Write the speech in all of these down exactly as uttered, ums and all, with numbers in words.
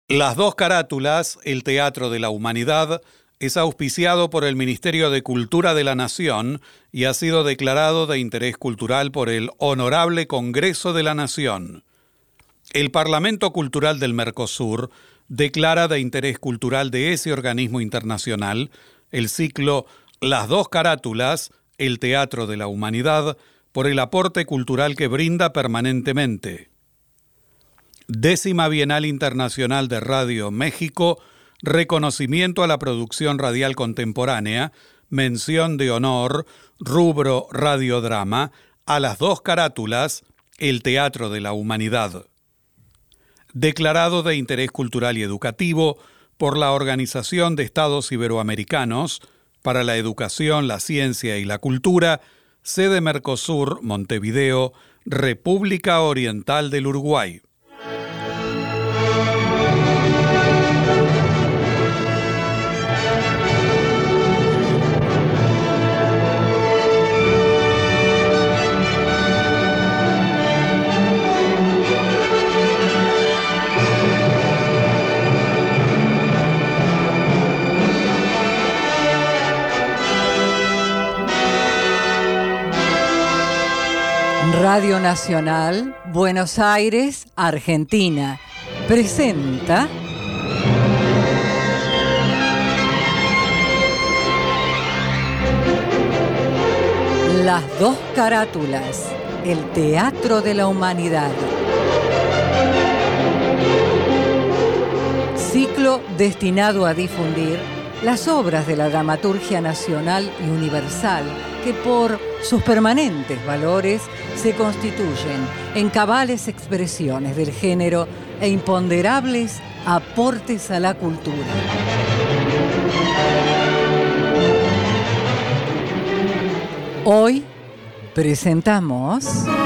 Las dos carátulas, el Teatro de la Humanidad, es auspiciado por el Ministerio de Cultura de la Nación y ha sido declarado de interés cultural por el Honorable Congreso de la Nación. El Parlamento Cultural del Mercosur declara de interés cultural de ese organismo internacional el ciclo Las dos carátulas, el Teatro de la Humanidad, por el aporte cultural que brinda permanentemente. Décima Bienal Internacional de Radio México, reconocimiento a la producción radial contemporánea, mención de honor, rubro radiodrama, a las dos carátulas, el Teatro de la Humanidad. Declarado de interés cultural y educativo por la Organización de Estados Iberoamericanos para la Educación, la Ciencia y la Cultura, sede Mercosur, Montevideo, República Oriental del Uruguay. Radio Nacional, Buenos Aires, Argentina, presenta Las dos carátulas, el Teatro de la Humanidad. Ciclo destinado a difundir las obras de la dramaturgia nacional y universal que por sus permanentes valores se constituyen en cabales expresiones del género e imponderables aportes a la cultura. Hoy presentamos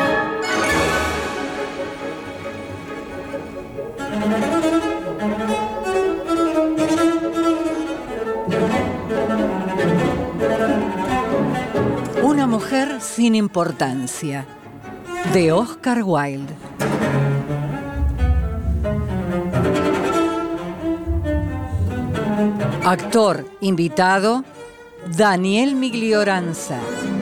Una mujer sin importancia, de Oscar Wilde. Actor invitado, Daniel Miglioranza.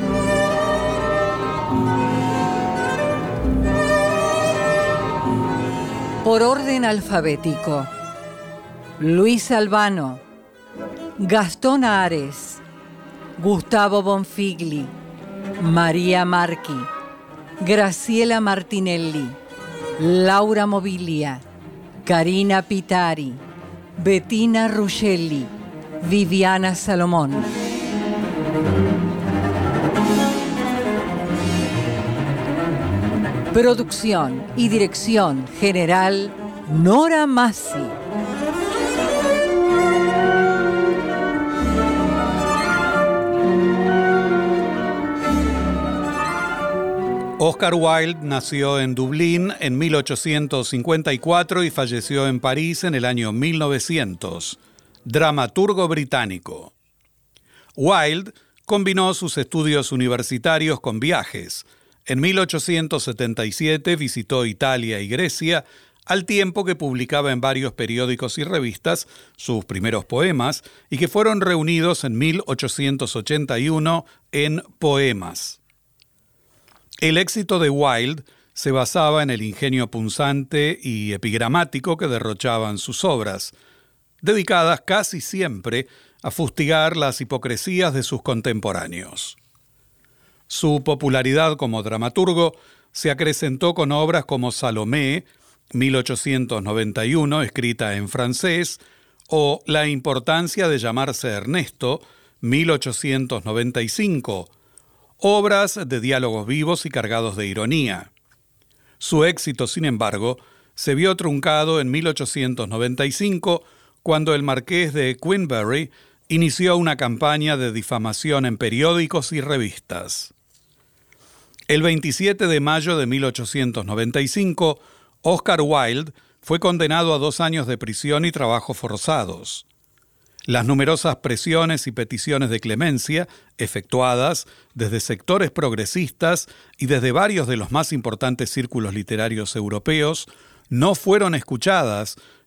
Por orden alfabético: Luis Albano, Gastón Ares, Gustavo Bonfigli, María Marchi, Graciela Martinelli, Laura Mobilia, Karina Pitari, Bettina Ruscelli, Viviana Salomón. Producción y dirección general, Nora Massi. Oscar Wilde nació en Dublín en mil ochocientos cincuenta y cuatro y falleció en París en el año mil novecientos. Dramaturgo británico. Wilde combinó sus estudios universitarios con viajes. En mil ochocientos setenta y siete visitó Italia y Grecia, al tiempo que publicaba en varios periódicos y revistas sus primeros poemas y que fueron reunidos en mil ochocientos ochenta y uno en Poemas. El éxito de Wilde se basaba en el ingenio punzante y epigramático que derrochaban sus obras, dedicadas casi siempre a fustigar las hipocresías de sus contemporáneos. Su popularidad como dramaturgo se acrecentó con obras como Salomé, mil ochocientos noventa y uno, escrita en francés, o La importancia de llamarse Ernesto, mil ochocientos noventa y cinco, obras de diálogos vivos y cargados de ironía. Su éxito, sin embargo, se vio truncado en mil ochocientos noventa y cinco, cuando el marqués de Queensberry inició una campaña de difamación en periódicos y revistas. El veintisiete de mayo de mil ochocientos noventa y cinco, Oscar Wilde fue condenado a dos años de prisión y trabajos forzados. Las numerosas presiones y peticiones de clemencia, efectuadas desde sectores progresistas y desde varios de los más importantes círculos literarios europeos, no fueron escuchadas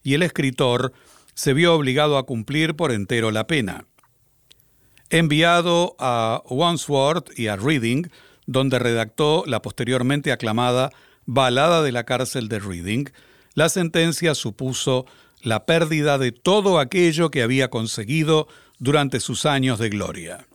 y el escritor se vio obligado a cumplir por entero la pena. Enviado a Wandsworth y a Reading, donde redactó la posteriormente aclamada Balada de la cárcel de Reading, la sentencia supuso la pérdida de todo aquello que había conseguido durante sus años de gloria.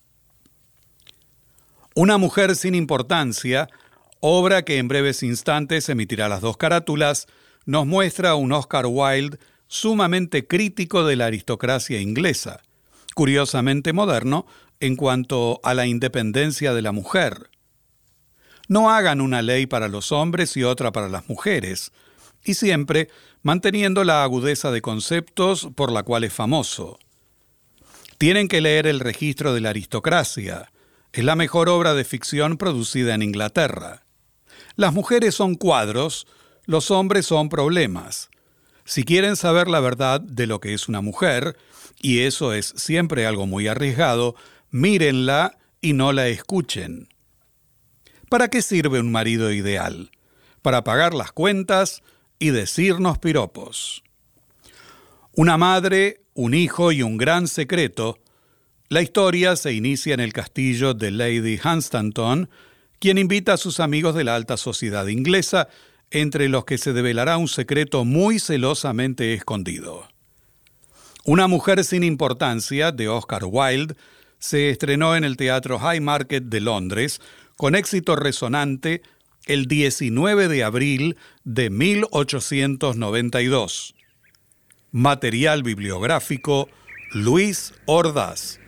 Una mujer sin importancia, obra que en breves instantes emitirá las dos carátulas, nos muestra un Oscar Wilde sumamente crítico de la aristocracia inglesa, curiosamente moderno en cuanto a la independencia de la mujer. No hagan una ley para los hombres y otra para las mujeres, y siempre manteniendo la agudeza de conceptos por la cual es famoso. Tienen que leer El registro de la aristocracia. Es la mejor obra de ficción producida en Inglaterra. Las mujeres son cuadros, los hombres son problemas. Si quieren saber la verdad de lo que es una mujer, y eso es siempre algo muy arriesgado, mírenla y no la escuchen. ¿Para qué sirve un marido ideal? Para pagar las cuentas y decirnos piropos. Una madre, un hijo y un gran secreto. La historia se inicia en el castillo de Lady Hunstanton, quien invita a sus amigos de la alta sociedad inglesa, entre los que se develará un secreto muy celosamente escondido. Una mujer sin importancia, de Oscar Wilde, se estrenó en el Teatro Haymarket de Londres, con éxito resonante, el diecinueve de abril de mil ochocientos noventa y dos. Material bibliográfico, Luis Ordaz.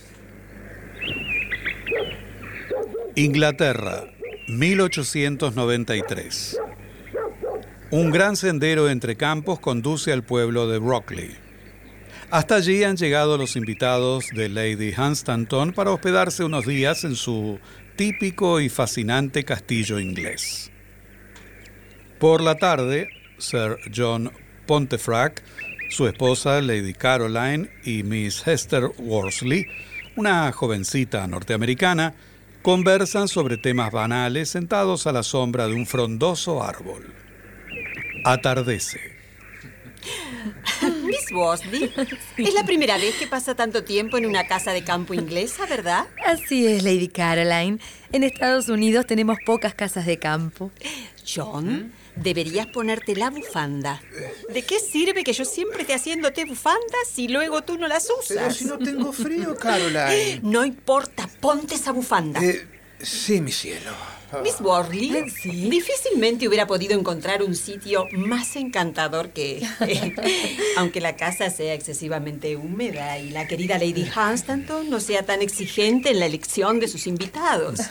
Inglaterra, mil ochocientos noventa y tres. Un gran sendero entre campos conduce al pueblo de Brockley. Hasta allí han llegado los invitados de Lady Hunstanton para hospedarse unos días en su típico y fascinante castillo inglés. Por la tarde, Sir John Pontefract, su esposa Lady Caroline y Miss Hester Worsley, una jovencita norteamericana, conversan sobre temas banales sentados a la sombra de un frondoso árbol. Atardece. Miss Worsley, sí. Es la primera vez que pasa tanto tiempo en una casa de campo inglesa, ¿verdad? Así es, Lady Caroline. En Estados Unidos tenemos pocas casas de campo. John, deberías ponerte la bufanda. ¿De qué sirve que yo siempre esté haciéndote bufandas si luego tú no las usas? Pero si no tengo frío, Caroline. No importa, ponte esa bufanda. Eh, sí, mi cielo. Miss Worsley, ¿Sí? Difícilmente hubiera podido encontrar un sitio más encantador que este. Aunque la casa sea excesivamente húmeda y la querida Lady Hunstanton no sea tan exigente en la elección de sus invitados.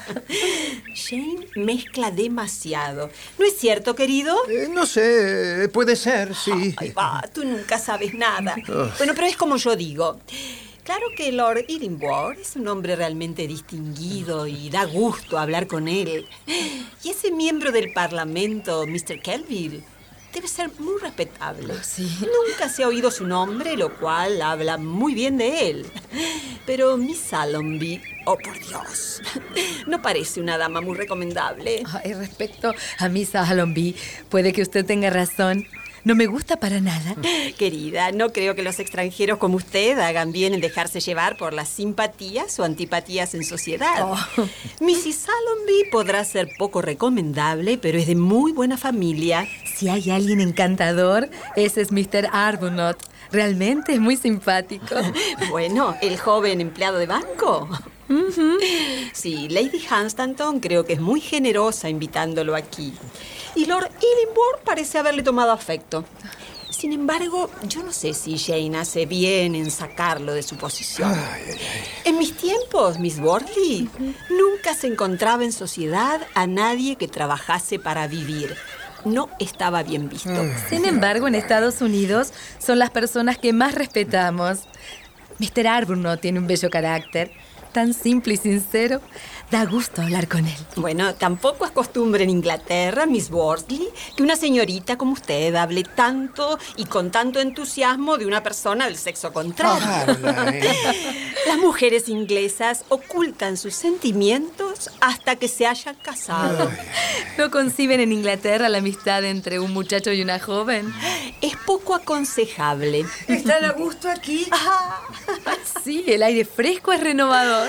Jane mezcla demasiado. ¿No es cierto, querido? Eh, no sé, puede ser, sí. Ay, va, tú nunca sabes nada. Bueno, pero es como yo digo. Claro que Lord Illingworth es un hombre realmente distinguido y da gusto hablar con él. Y ese miembro del Parlamento, mister Kelville, debe ser muy respetable. Oh, sí. Nunca se ha oído su nombre, lo cual habla muy bien de él. Pero Miss Allonby, oh por Dios, no parece una dama muy recomendable. Ay, respecto a Miss Allonby, puede que usted tenga razón. No me gusta para nada. Querida, no creo que los extranjeros como usted hagan bien en dejarse llevar por las simpatías o antipatías en sociedad. Oh. missus Allonby podrá ser poco recomendable, pero es de muy buena familia. Si hay alguien encantador, ese es mister Arbuthnot. Realmente es muy simpático. Bueno, el joven empleado de banco. Uh-huh. Sí, Lady Hunstanton creo que es muy generosa invitándolo aquí. Y Lord Illingworth parece haberle tomado afecto. Sin embargo, yo no sé si Jane hace bien en sacarlo de su posición. Ay, ay, ay. En mis tiempos, Miss Worsley, uh-huh. nunca se encontraba en sociedad a nadie que trabajase para vivir. No estaba bien visto. Sin embargo, en Estados Unidos son las personas que más respetamos. mister Arbuthnot tiene un bello carácter, tan simple y sincero. Da gusto hablar con él. Bueno, tampoco es costumbre en Inglaterra, Miss Worsley, que una señorita como usted hable tanto y con tanto entusiasmo de una persona del sexo contrario. Oh, Las mujeres inglesas ocultan sus sentimientos hasta que se hayan casado. ¿No conciben en Inglaterra la amistad entre un muchacho y una joven? Es poco aconsejable. ¿Están a gusto aquí? Ah, Sí, el aire fresco es renovador.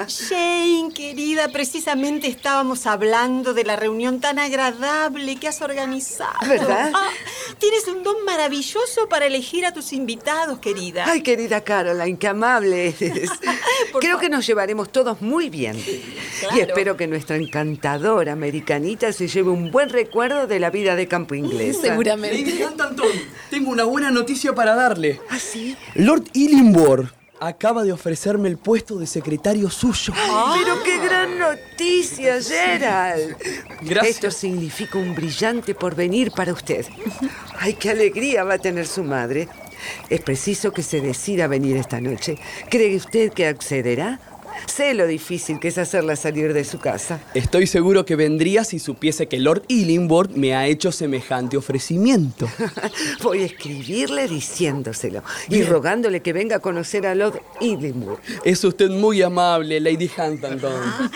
Jane, querida, precisamente estábamos hablando de la reunión tan agradable que has organizado. ¿Verdad? Ah, tienes un don maravilloso para elegir a tus invitados, querida. Ay, querida Caroline, qué amable eres. Por Creo favor. que nos llevaremos todos muy bien. Claro. Y espero que nuestra encantadora americanita se lleve un buen recuerdo de la vida de campo inglesa. Seguramente. Lady Huntington, tengo una buena noticia para darle. ¿Ah, sí? Lord Illingworth acaba de ofrecerme el puesto de secretario suyo. Ay, pero qué gran noticia, Gerald. Gracias. Esto significa un brillante porvenir para usted. Ay, qué alegría va a tener su madre. Es preciso que se decida a venir esta noche. ¿Cree usted que accederá? Sé lo difícil que es hacerla salir de su casa. Estoy seguro que vendría si supiese que Lord Illingworth me ha hecho semejante ofrecimiento. Voy a escribirle diciéndoselo y rogándole que venga a conocer a Lord Illingworth. Es usted muy amable, Lady Huntington.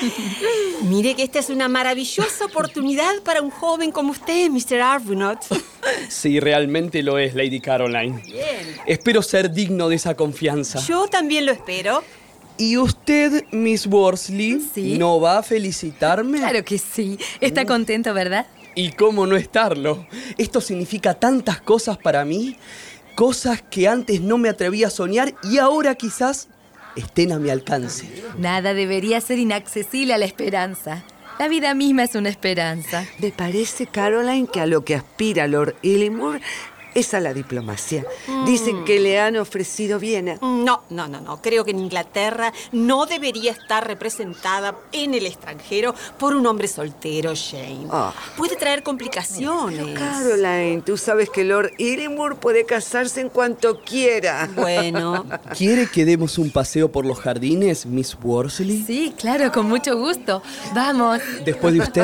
Mire que esta es una maravillosa oportunidad para un joven como usted, mister Arbuthnot. Sí, realmente lo es, Lady Caroline. Bien. Espero ser digno de esa confianza. Yo también lo espero. ¿Y usted, Miss Worsley, Sí. no va a felicitarme? Claro que sí. Está contento, ¿verdad? ¿Y cómo no estarlo? Esto significa tantas cosas para mí, cosas que antes no me atrevía a soñar y ahora quizás estén a mi alcance. Nada debería ser inaccesible a la esperanza. La vida misma es una esperanza. Me parece, Caroline, que a lo que aspira Lord Illingworth es a la diplomacia. Dicen que le han ofrecido Viena. No, no, no, no. Creo que en Inglaterra no debería estar representada en el extranjero por un hombre soltero, Jane. Ah. Puede traer complicaciones. Caroline, tú sabes que Lord Illingworth puede casarse en cuanto quiera. Bueno, ¿Quiere que demos un paseo por los jardines, Miss Worsley? Sí, claro, con mucho gusto. Vamos. ¿Después de usted?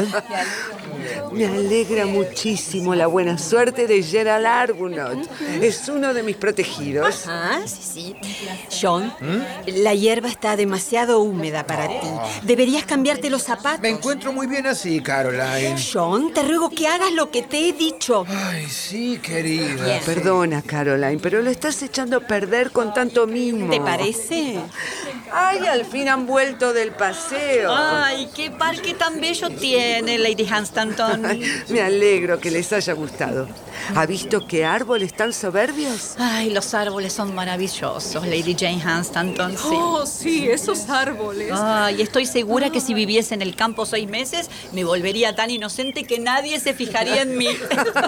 Me alegra muchísimo la buena suerte de Gerald Arbuthnot. Es uno de mis protegidos. ah, sí, sí. John, la hierba está demasiado húmeda para ti. Deberías cambiarte los zapatos. Me encuentro muy bien así, Caroline. John, te ruego que hagas lo que te he dicho. Ay, sí, querida. Perdona, Caroline, pero lo estás echando a perder con tanto mimo. ¿Te parece? Ay, al fin han vuelto del paseo. Ay, qué parque tan bello tiene, Lady Huntington. Ay, me alegro que les haya gustado. ¿Ha visto qué árboles tan soberbios? Ay, los árboles son maravillosos, Lady Jane Huntington, sí. Oh, sí, esos árboles. Ay, estoy segura que si viviese en el campo seis meses, me volvería tan inocente que nadie se fijaría en mí.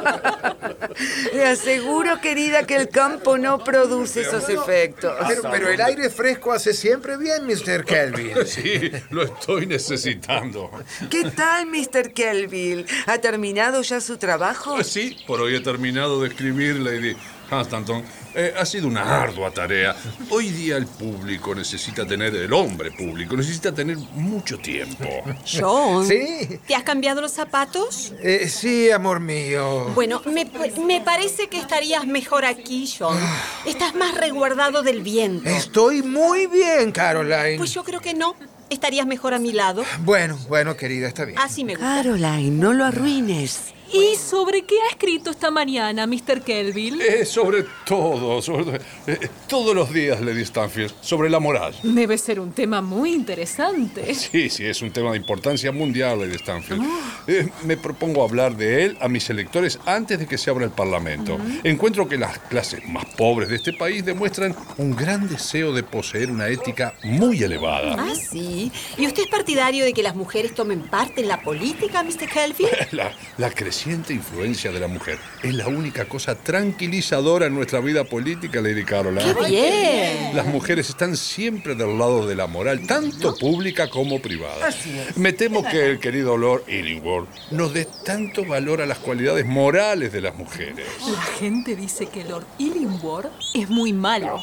Le aseguro, querida, que el campo no produce esos efectos. Pero, pero el aire fresco hace siempre bien, mister Kelvin. Sí, lo estoy necesitando. ¿Qué tal, mister Kelville? ¿Ha terminado ya su trabajo? Sí, por hoy he terminado de escribir, Lady Huntington. Eh, ha sido una ardua tarea. Hoy día el público necesita tener, el hombre público necesita tener mucho tiempo. John, ¿Sí? ¿te has cambiado los zapatos? Eh, sí, amor mío. Bueno, me, me parece que estarías mejor aquí, John. Estás más resguardado del viento. Estoy muy bien, Caroline. Pues yo creo que no. Estarías mejor a mi lado. Bueno, bueno, querida, está bien. Así me gusta. Caroline, no lo arruines. ¿Y sobre qué ha escrito esta mañana, mister Kelville? Eh, sobre todo, sobre todo, eh, todos los días, Lady Stanfield, sobre la moral. Debe ser un tema muy interesante. Sí, sí, es un tema de importancia mundial, Lady Stanfield. Eh, me propongo hablar de él a mis electores antes de que se abra el Parlamento. Encuentro que las clases más pobres de este país demuestran un gran deseo de poseer una ética muy elevada. Ah, sí. ¿Y usted es partidario de que las mujeres tomen parte en la política, mister Kelville? La, la creciente influencia de la mujer es la única cosa tranquilizadora en nuestra vida política, Lady Caroline. ¡Qué bien! Las mujeres están siempre del lado de la moral, tanto pública como privada. Me temo que el querido Lord Illingworth nos dé tanto valor a las cualidades morales de las mujeres. La gente dice que Lord Illingworth es muy malo.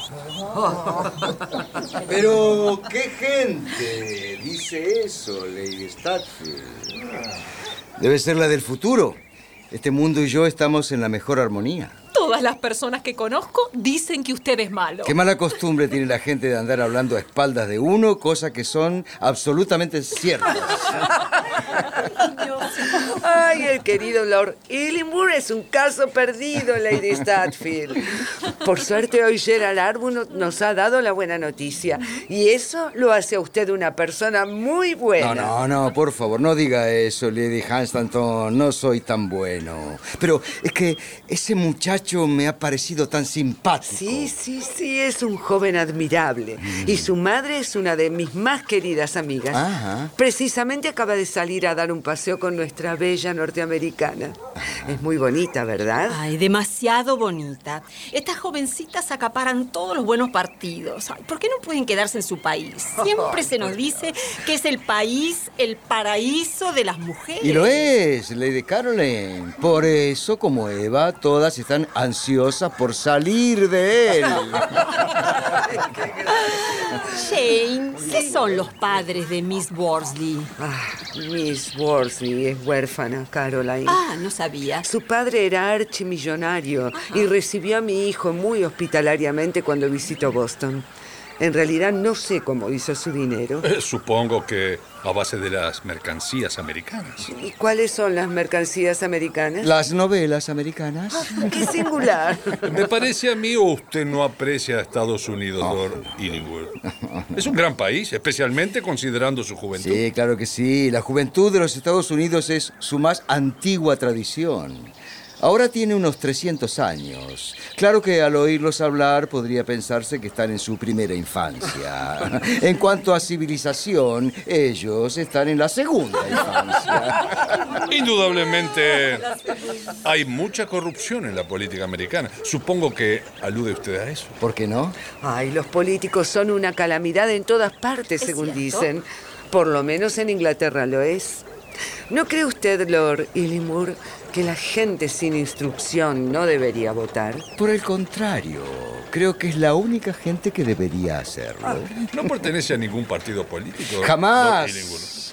Pero, ¿qué gente dice eso, Lady Statfield? Debe ser la del futuro. Este mundo y yo estamos en la mejor armonía. Todas las personas que conozco dicen que usted es malo. Qué mala costumbre tiene la gente de andar hablando a espaldas de uno, cosas que son absolutamente ciertas. Ay, el querido Lord Illingworth es un caso perdido, Lady Statfield. Por suerte, hoy Gerald Arbuthnot nos ha dado la buena noticia. Y eso lo hace a usted una persona muy buena. No, no, no, por favor, no diga eso, Lady Hunstanton. No soy tan bueno. Pero es que ese muchacho me ha parecido tan simpático. Sí, sí, sí, es un joven admirable. Mm. Y su madre es una de mis más queridas amigas. Ajá. Precisamente acaba de salir a dar un paseo con nuestra bella norteamericana. Ajá. Es muy bonita, ¿verdad? Ay, demasiado bonita. Estas jovencitas acaparan todos los buenos partidos. Ay, ¿por qué no pueden quedarse en su país? Siempre se nos dice que es el país, el paraíso de las mujeres. Y lo es, Lady Caroline. Por eso, como Eva, todas están ansiosas por salir de él. Jane, ¿qué son los padres de Miss Worsley? Ah, Miss Worsley es huérfana, Caroline. Ah, no sabía. Su padre era archimillonario y recibió a mi hijo muy hospitalariamente cuando visitó Boston. En realidad no sé cómo hizo su dinero. Eh, supongo que a base de las mercancías americanas. ¿Y cuáles son las mercancías americanas? Las novelas americanas. Ah, ¡qué singular! Me parece a mí o usted no aprecia a Estados Unidos, oh. Lord Illingworth. Es un gran país, especialmente considerando su juventud. Sí, claro que sí. La juventud de los Estados Unidos es su más antigua tradición. Ahora tiene unos trescientos años. Claro que al oírlos hablar podría pensarse que están en su primera infancia. En cuanto a civilización, ellos están en la segunda infancia. Indudablemente hay mucha corrupción en la política americana. Supongo que alude usted a eso. ¿Por qué no? Ay, los políticos son una calamidad en todas partes, según dicen. Por lo menos en Inglaterra lo es. ¿No cree usted, Lord Illingworth, que la gente sin instrucción no debería votar? Por el contrario, creo que es la única gente que debería hacerlo. Ah, ¿no pertenece a ningún partido político? Jamás,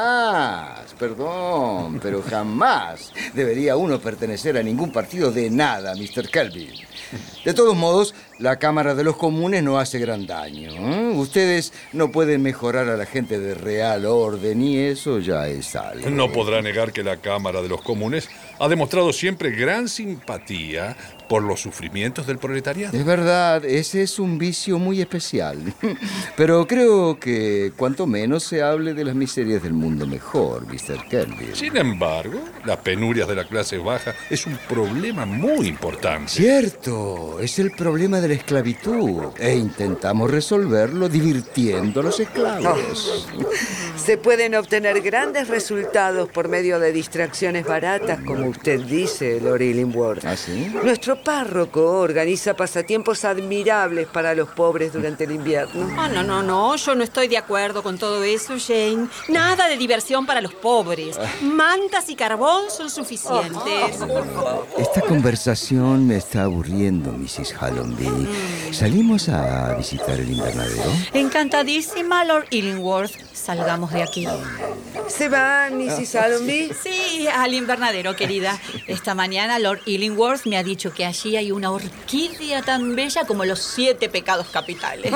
jamás, perdón, pero jamás debería uno pertenecer a ningún partido de nada, mister Kelvin. De todos modos, la Cámara de los Comunes no hace gran daño, ¿eh? Ustedes no pueden mejorar a la gente de real orden y eso ya es algo. No podrá negar que la Cámara de los Comunes ha demostrado siempre gran simpatía por los sufrimientos del proletariado. Es verdad, ese es un vicio muy especial. Pero creo que cuanto menos se hable de las miserias del mundo mejor, mister Kelvin. Sin embargo, las penurias de la clase baja es un problema muy importante. Cierto, es el problema de la esclavitud. E intentamos resolverlo divirtiendo a los esclavos. Oh. Se pueden obtener grandes resultados por medio de distracciones baratas, como usted dice, Lord Illingworth. ¿Ah, sí? Nuestro párroco organiza pasatiempos admirables para los pobres durante el invierno. Oh, no, no, no, yo no estoy de acuerdo con todo eso, Jane. Nada de diversión para los pobres. Mantas y carbón son suficientes. Esta conversación me está aburriendo, missus Hollandby. ¿Salimos a visitar el invernadero? Encantadísima, Lord Illingworth. Salgamos de aquí. ¿Se va, missus Hollandby? Sí, al invernadero, querida. Esta mañana Lord Illingworth me ha dicho que allí hay una orquídea tan bella como los siete pecados capitales.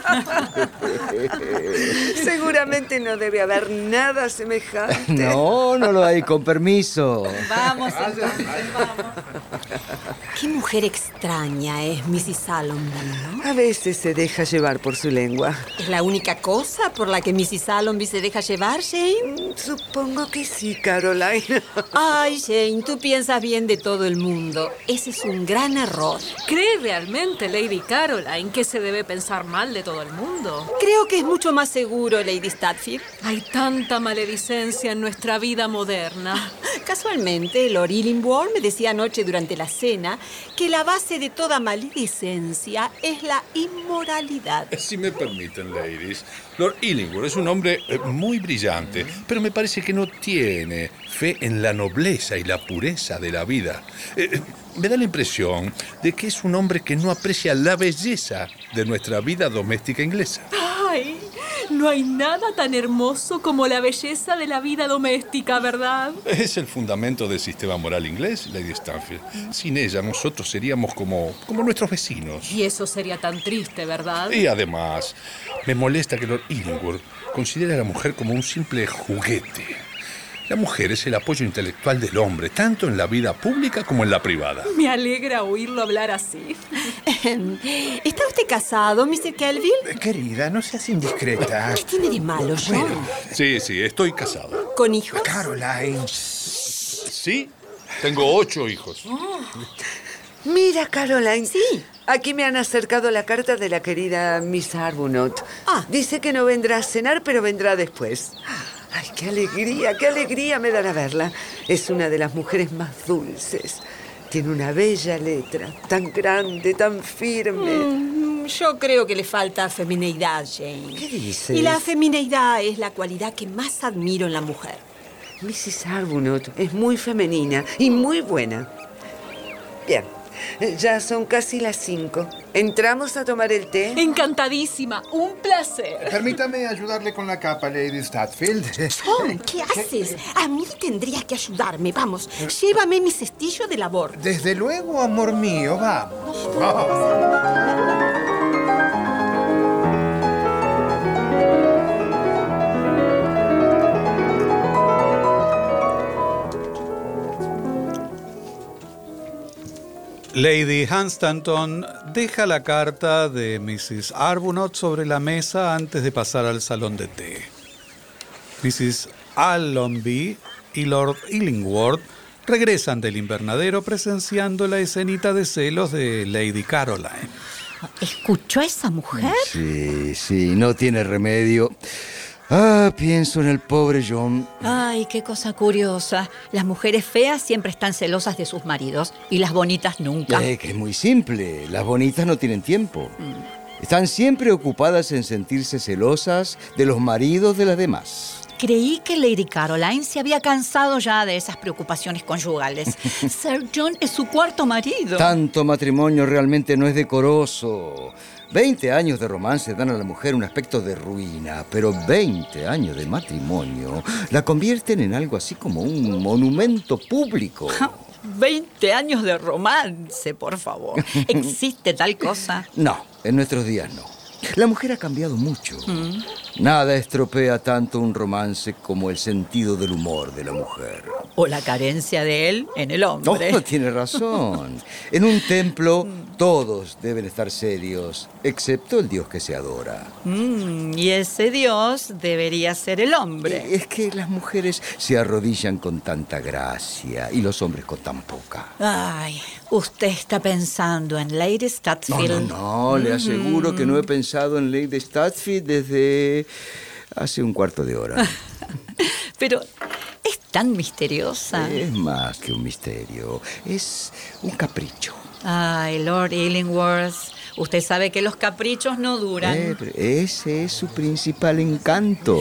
Seguramente no debe haber nada semejante. No, no lo hay, con permiso. Vamos, entonces, vamos. Qué mujer extraña es missus Allonby, ¿no? A veces se deja llevar por su lengua. ¿Es la única cosa por la que missus Allonby se deja llevar, Jane? Supongo que sí, Caroline. Ay, Jane, tú piensas bien de todo el mundo. Ese es un gran error. ¿Cree realmente, Lady Caroline, que se debe pensar mal de todo el mundo? Creo que es mucho más seguro, Lady Statfield. Hay tanta maledicencia en nuestra vida moderna. Casualmente, Lord Illingworth me decía anoche durante la cena que la base de toda maledicencia es la inmoralidad. Si me permiten, ladies, Lord Illingworth es un hombre muy brillante, pero me parece que no tiene fe en la nobleza y la pureza de la vida. Eh, me da la impresión de que es un hombre que no aprecia la belleza de nuestra vida doméstica inglesa. ¡Ay! No hay nada tan hermoso como la belleza de la vida doméstica, ¿verdad? Es el fundamento del sistema moral inglés, Lady Stanfield. Sin ella, nosotros seríamos como, como nuestros vecinos. Y eso sería tan triste, ¿verdad? Y además, me molesta que Lord Illingworth considere a la mujer como un simple juguete. La mujer es el apoyo intelectual del hombre, tanto en la vida pública como en la privada. Me alegra oírlo hablar así. ¿Está usted casado, mister Kelvin? Querida, no seas indiscreta. ¿Qué tiene de malo, John? Bueno, Sí, sí, estoy casado. ¿Con hijos? Caroline. Sí, tengo ocho hijos. Mira, Caroline. Sí. Aquí me han acercado la carta de la querida Miss Arbuthnot. Ah. Dice que no vendrá a cenar, pero vendrá después. Ay, qué alegría, qué alegría me dará verla. Es una de las mujeres más dulces. Tiene una bella letra, tan grande, tan firme. Mm, yo creo que le falta femineidad, Jane. ¿Qué dices? Y la femineidad es la cualidad que más admiro en la mujer. missus Arbuthnot es muy femenina y muy buena. Bien, ya son casi las cinco. ¿Entramos a tomar el té? Encantadísima, un placer. Permítame ayudarle con la capa, Lady Statfield. John, ¿qué haces? A mí tendrías que ayudarme. Vamos, llévame mi cestillo de labor. Desde luego, amor mío, vamos. vamos. Lady Hunstanton deja la carta de missus Arbuthnot sobre la mesa antes de pasar al salón de té. missus Allonby y Lord Illingworth regresan del invernadero presenciando la escenita de celos de Lady Caroline. ¿Escuchó a esa mujer? Sí, sí, no tiene remedio. Ah, pienso en el pobre John. Ay, qué cosa curiosa. Las mujeres feas siempre están celosas de sus maridos y las bonitas nunca. Eh, que es muy simple. Las bonitas no tienen tiempo. Mm. Están siempre ocupadas en sentirse celosas de los maridos de las demás. Creí que Lady Caroline se había cansado ya de esas preocupaciones conyugales. Sir John es su cuarto marido. Tanto matrimonio realmente no es decoroso. Veinte años de romance dan a la mujer un aspecto de ruina, pero veinte años de matrimonio la convierten en algo así como un monumento público. Veinte años de romance, por favor. ¿Existe tal cosa? No, en nuestros días no. La mujer ha cambiado mucho. Mm. Nada estropea tanto un romance como el sentido del humor de la mujer. O la carencia de él en el hombre. No, tiene razón. En un templo todos deben estar serios, excepto el Dios que se adora. Mm, y ese Dios debería ser el hombre. Es que las mujeres se arrodillan con tanta gracia y los hombres con tan poca. Ay, usted está pensando en Lady Statfield. No, no, no, le aseguro mm. que no he pensado en Lady Statfield desde hace un cuarto de hora. Pero es tan misteriosa. Es más que un misterio, es un capricho. Ay, Lord Illingworth, usted sabe que los caprichos no duran. Eh, ese es su principal encanto.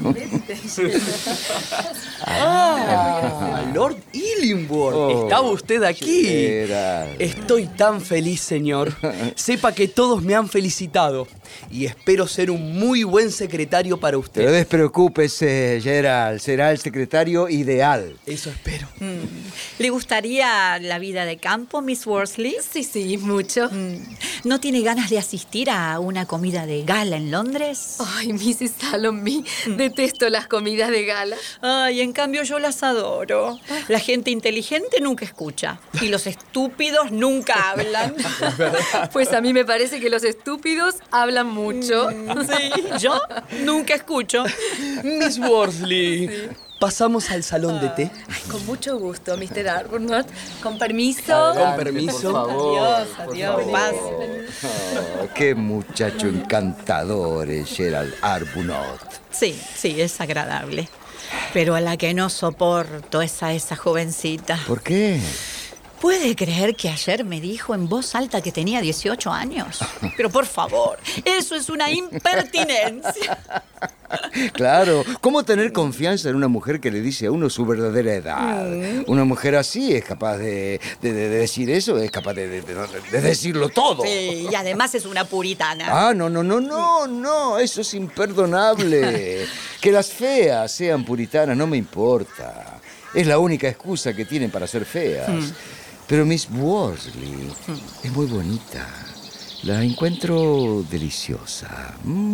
Ah, Lord Illingworth, oh, ¿estaba usted aquí? Gerald. Estoy tan feliz, señor. Sepa que todos me han felicitado y espero ser un muy buen secretario para usted. Pero despreocúpese, Gerald. Será el secretario ideal. Eso espero. Mm. ¿Le gustaría la vida de campo, Miss Worsley? Sí, sí, mucho. Mm. ¿No tiene ganas de asistir a una comida de gala en Londres? Ay, missus Allonby, mm. detesto las comidas de gala. Ay, en cambio yo las adoro. La gente inteligente nunca escucha y los estúpidos nunca hablan. Pues a mí me parece que los estúpidos hablan mucho. Sí, yo nunca escucho. Miss Worsley, sí. ¿Pasamos al salón de té? Ay, con mucho gusto, mister Arbuthnot. Con permiso. Adelante, con permiso. Por favor, adiós, por adiós, favor. paz. Oh, qué muchacho encantador es Gerald Arbuthnot. Sí, sí, es agradable. Pero a la que no soporto es a esa jovencita. ¿Por qué? ¿Puede creer que ayer me dijo en voz alta que tenía dieciocho años? Pero por favor, eso es una impertinencia. Claro, ¿cómo tener confianza en una mujer que le dice a uno su verdadera edad? Mm. Una mujer así es capaz de, de, de decir eso, es capaz de, de, de decirlo todo. Sí, y además es una puritana. Ah, no, no, no, no, no, eso es imperdonable. Que las feas sean puritanas no me importa. Es la única excusa que tienen para ser feas. Mm. Pero Miss Worsley mm. es muy bonita. La encuentro deliciosa, mm,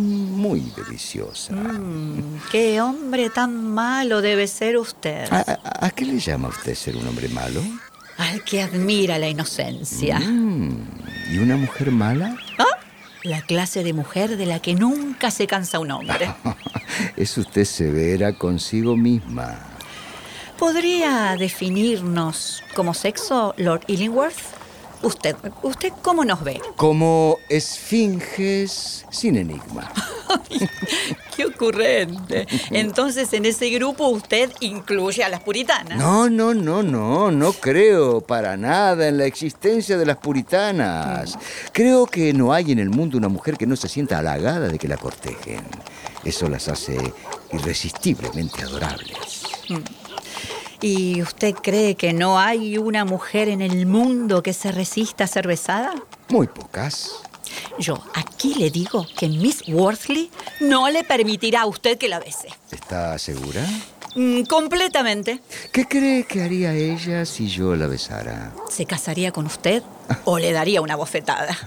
muy deliciosa. Mm, qué hombre tan malo debe ser usted. ¿A, a, a qué le llama usted ser un hombre malo? Al que admira la inocencia. Mm, ¿y una mujer mala? ¿Ah? La clase de mujer de la que nunca se cansa un hombre. Es usted severa consigo misma. ¿Podría definirnos como sexo, Lord Illingworth? Usted, ¿usted cómo nos ve? Como esfinges sin enigma. ¡Qué ocurrente! Entonces, en ese grupo usted incluye a las puritanas. No, no, no, no. No creo para nada en la existencia de las puritanas. Creo que no hay en el mundo una mujer que no se sienta halagada de que la cortejen. Eso las hace irresistiblemente adorables. Mm. ¿Y usted cree que no hay una mujer en el mundo que se resista a ser besada? Muy pocas. Yo aquí le digo que Miss Worsley no le permitirá a usted que la bese. ¿Está segura? Mm, completamente. ¿Qué cree que haría ella si yo la besara? ¿Se casaría con usted o le daría una bofetada?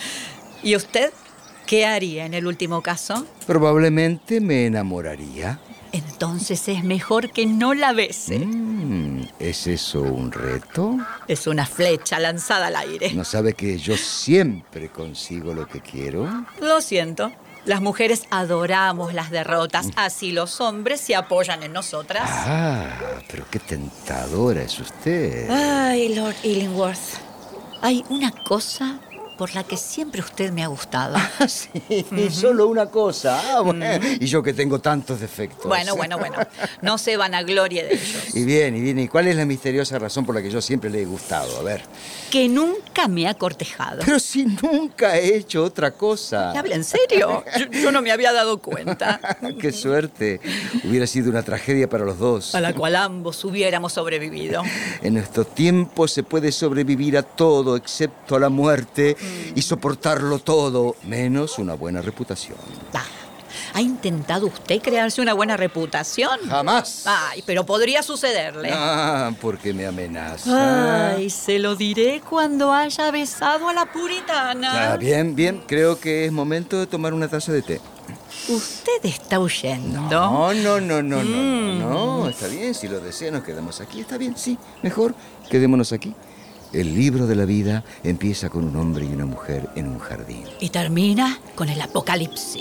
¿Y usted qué haría en el último caso? Probablemente me enamoraría. Entonces es mejor que no la bese. Mm, ¿es eso un reto? Es una flecha lanzada al aire. ¿No sabe que yo siempre consigo lo que quiero? Lo siento. Las mujeres adoramos las derrotas. Así los hombres se apoyan en nosotras. Ah, pero qué tentadora es usted. Ay, Lord Illingworth. Hay una cosa por la que siempre usted me ha gustado. Ah, sí, uh-huh. Solo una cosa. Ah, bueno. uh-huh. Y yo que tengo tantos defectos. Bueno, bueno, bueno. No se vanaglorie de ellos. Y bien, y bien. ¿Y cuál es la misteriosa razón por la que yo siempre le he gustado? A ver. Que nunca me ha cortejado. Pero si nunca he hecho otra cosa. ¿Me habla en serio? Yo, yo no me había dado cuenta. ¡Qué suerte! Hubiera sido una tragedia para los dos. A la cual ambos hubiéramos sobrevivido. En nuestros tiempos se puede sobrevivir a todo excepto a la muerte. Y soportarlo todo, menos una buena reputación. Ah, ¿ha intentado usted crearse una buena reputación? Jamás. Ay, pero podría sucederle. Ah, porque me amenaza. Ay, se lo diré cuando haya besado a la puritana. Ah, bien, bien. Creo que es momento de tomar una taza de té. ¿Usted está huyendo? No, no, no, no, mm. no, no, no. Está bien, si lo desea nos quedamos aquí. Está bien, sí, mejor quedémonos aquí. El libro de la vida empieza con un hombre y una mujer en un jardín. Y termina con el apocalipsis.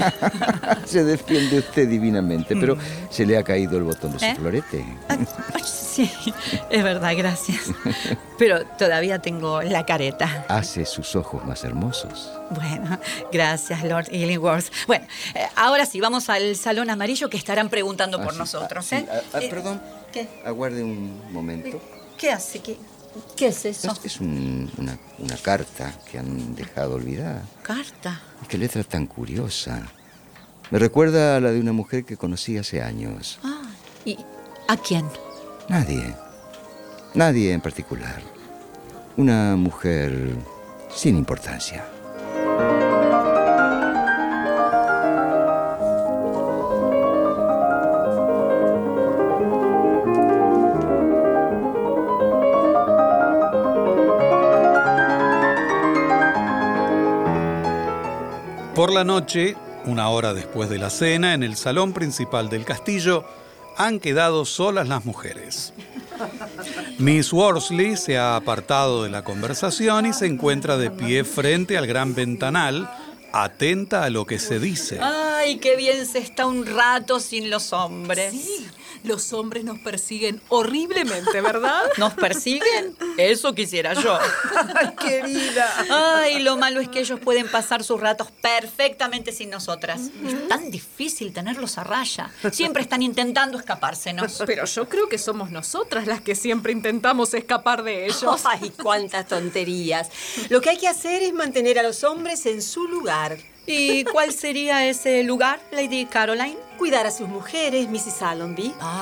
Se defiende usted divinamente, pero se le ha caído el botón de su ¿Eh? florete. Sí, es verdad, gracias. Pero todavía tengo la careta. Hace sus ojos más hermosos. Bueno, gracias, Lord Illingworth. Bueno, eh, ahora sí, vamos al salón amarillo que estarán preguntando ah, por sí, nosotros. Ah, ¿eh? sí. ah, ah, eh, perdón. ¿Qué? Aguarde un momento. ¿Qué hace? ¿Qué, qué es eso? Es, es un, una, una carta que han dejado olvidada. ¿Carta? Qué letra tan curiosa. Me recuerda a la de una mujer que conocí hace años. Ah, ¿y a quién? Nadie. Nadie en particular. Una mujer sin importancia. Por la noche, una hora después de la cena, en el salón principal del castillo, han quedado solas las mujeres. Miss Worsley se ha apartado de la conversación y se encuentra de pie frente al gran ventanal, atenta a lo que se dice. Ay, qué bien se está un rato sin los hombres. Sí, los hombres nos persiguen horriblemente, ¿verdad? ¿Nos persiguen? Eso quisiera yo. Ay, querida. Ay, lo malo es que ellos pueden pasar sus ratos perfectamente sin nosotras. Es tan difícil tenerlos a raya. Siempre están intentando escapársenos. Pero yo creo que somos nosotras las que siempre intentamos escapar de ellos. Ay, cuántas tonterías. Lo que hay que hacer es mantener a los hombres en su lugar. ¿Y cuál sería ese lugar, Lady Caroline? Cuidar a sus mujeres, missus Allonby. Ah,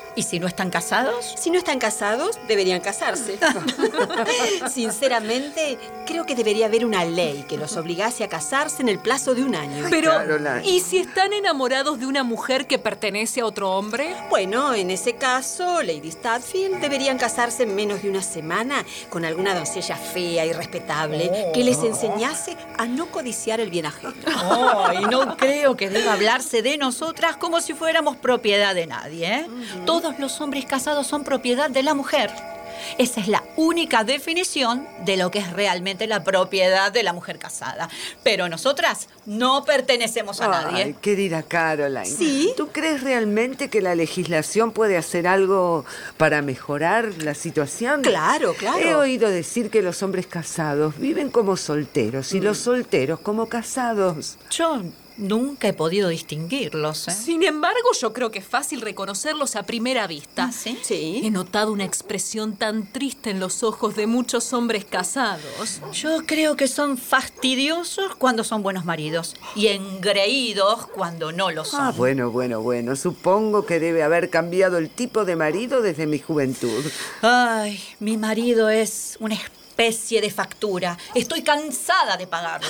¿Y si no están casados? Si no están casados, deberían casarse. Sinceramente, creo que debería haber una ley que los obligase a casarse en el plazo de un año. Pero, Caroline. ¿y si están enamorados de una mujer que pertenece a otro hombre? Bueno, en ese caso, Lady Stadfield, deberían casarse en menos de una semana con alguna doncella fea y respetable Oh. que les enseñase a no codiciar el bien ajeno. Oh, y no creo que deba hablarse de nosotras como si fuéramos propiedad de nadie, ¿eh? Uh-huh. Todos los hombres casados son propiedad de la mujer. Esa es la única definición de lo que es realmente la propiedad de la mujer casada. Pero nosotras no pertenecemos a nadie. Ay, querida Caroline. ¿Sí? ¿Tú crees realmente que la legislación puede hacer algo para mejorar la situación? Claro, claro. He oído decir que los hombres casados viven como solteros y mm. los solteros como casados. Yo nunca he podido distinguirlos, ¿eh? Sin embargo, yo creo que es fácil reconocerlos a primera vista. ¿Ah, sí? Sí. He notado una expresión tan triste en los ojos de muchos hombres casados. Yo creo que son fastidiosos cuando son buenos maridos y engreídos cuando no lo son. Ah, bueno, bueno, bueno. Supongo que debe haber cambiado el tipo de marido desde mi juventud. Ay, mi marido es una especie de factura. Estoy cansada de pagarlo.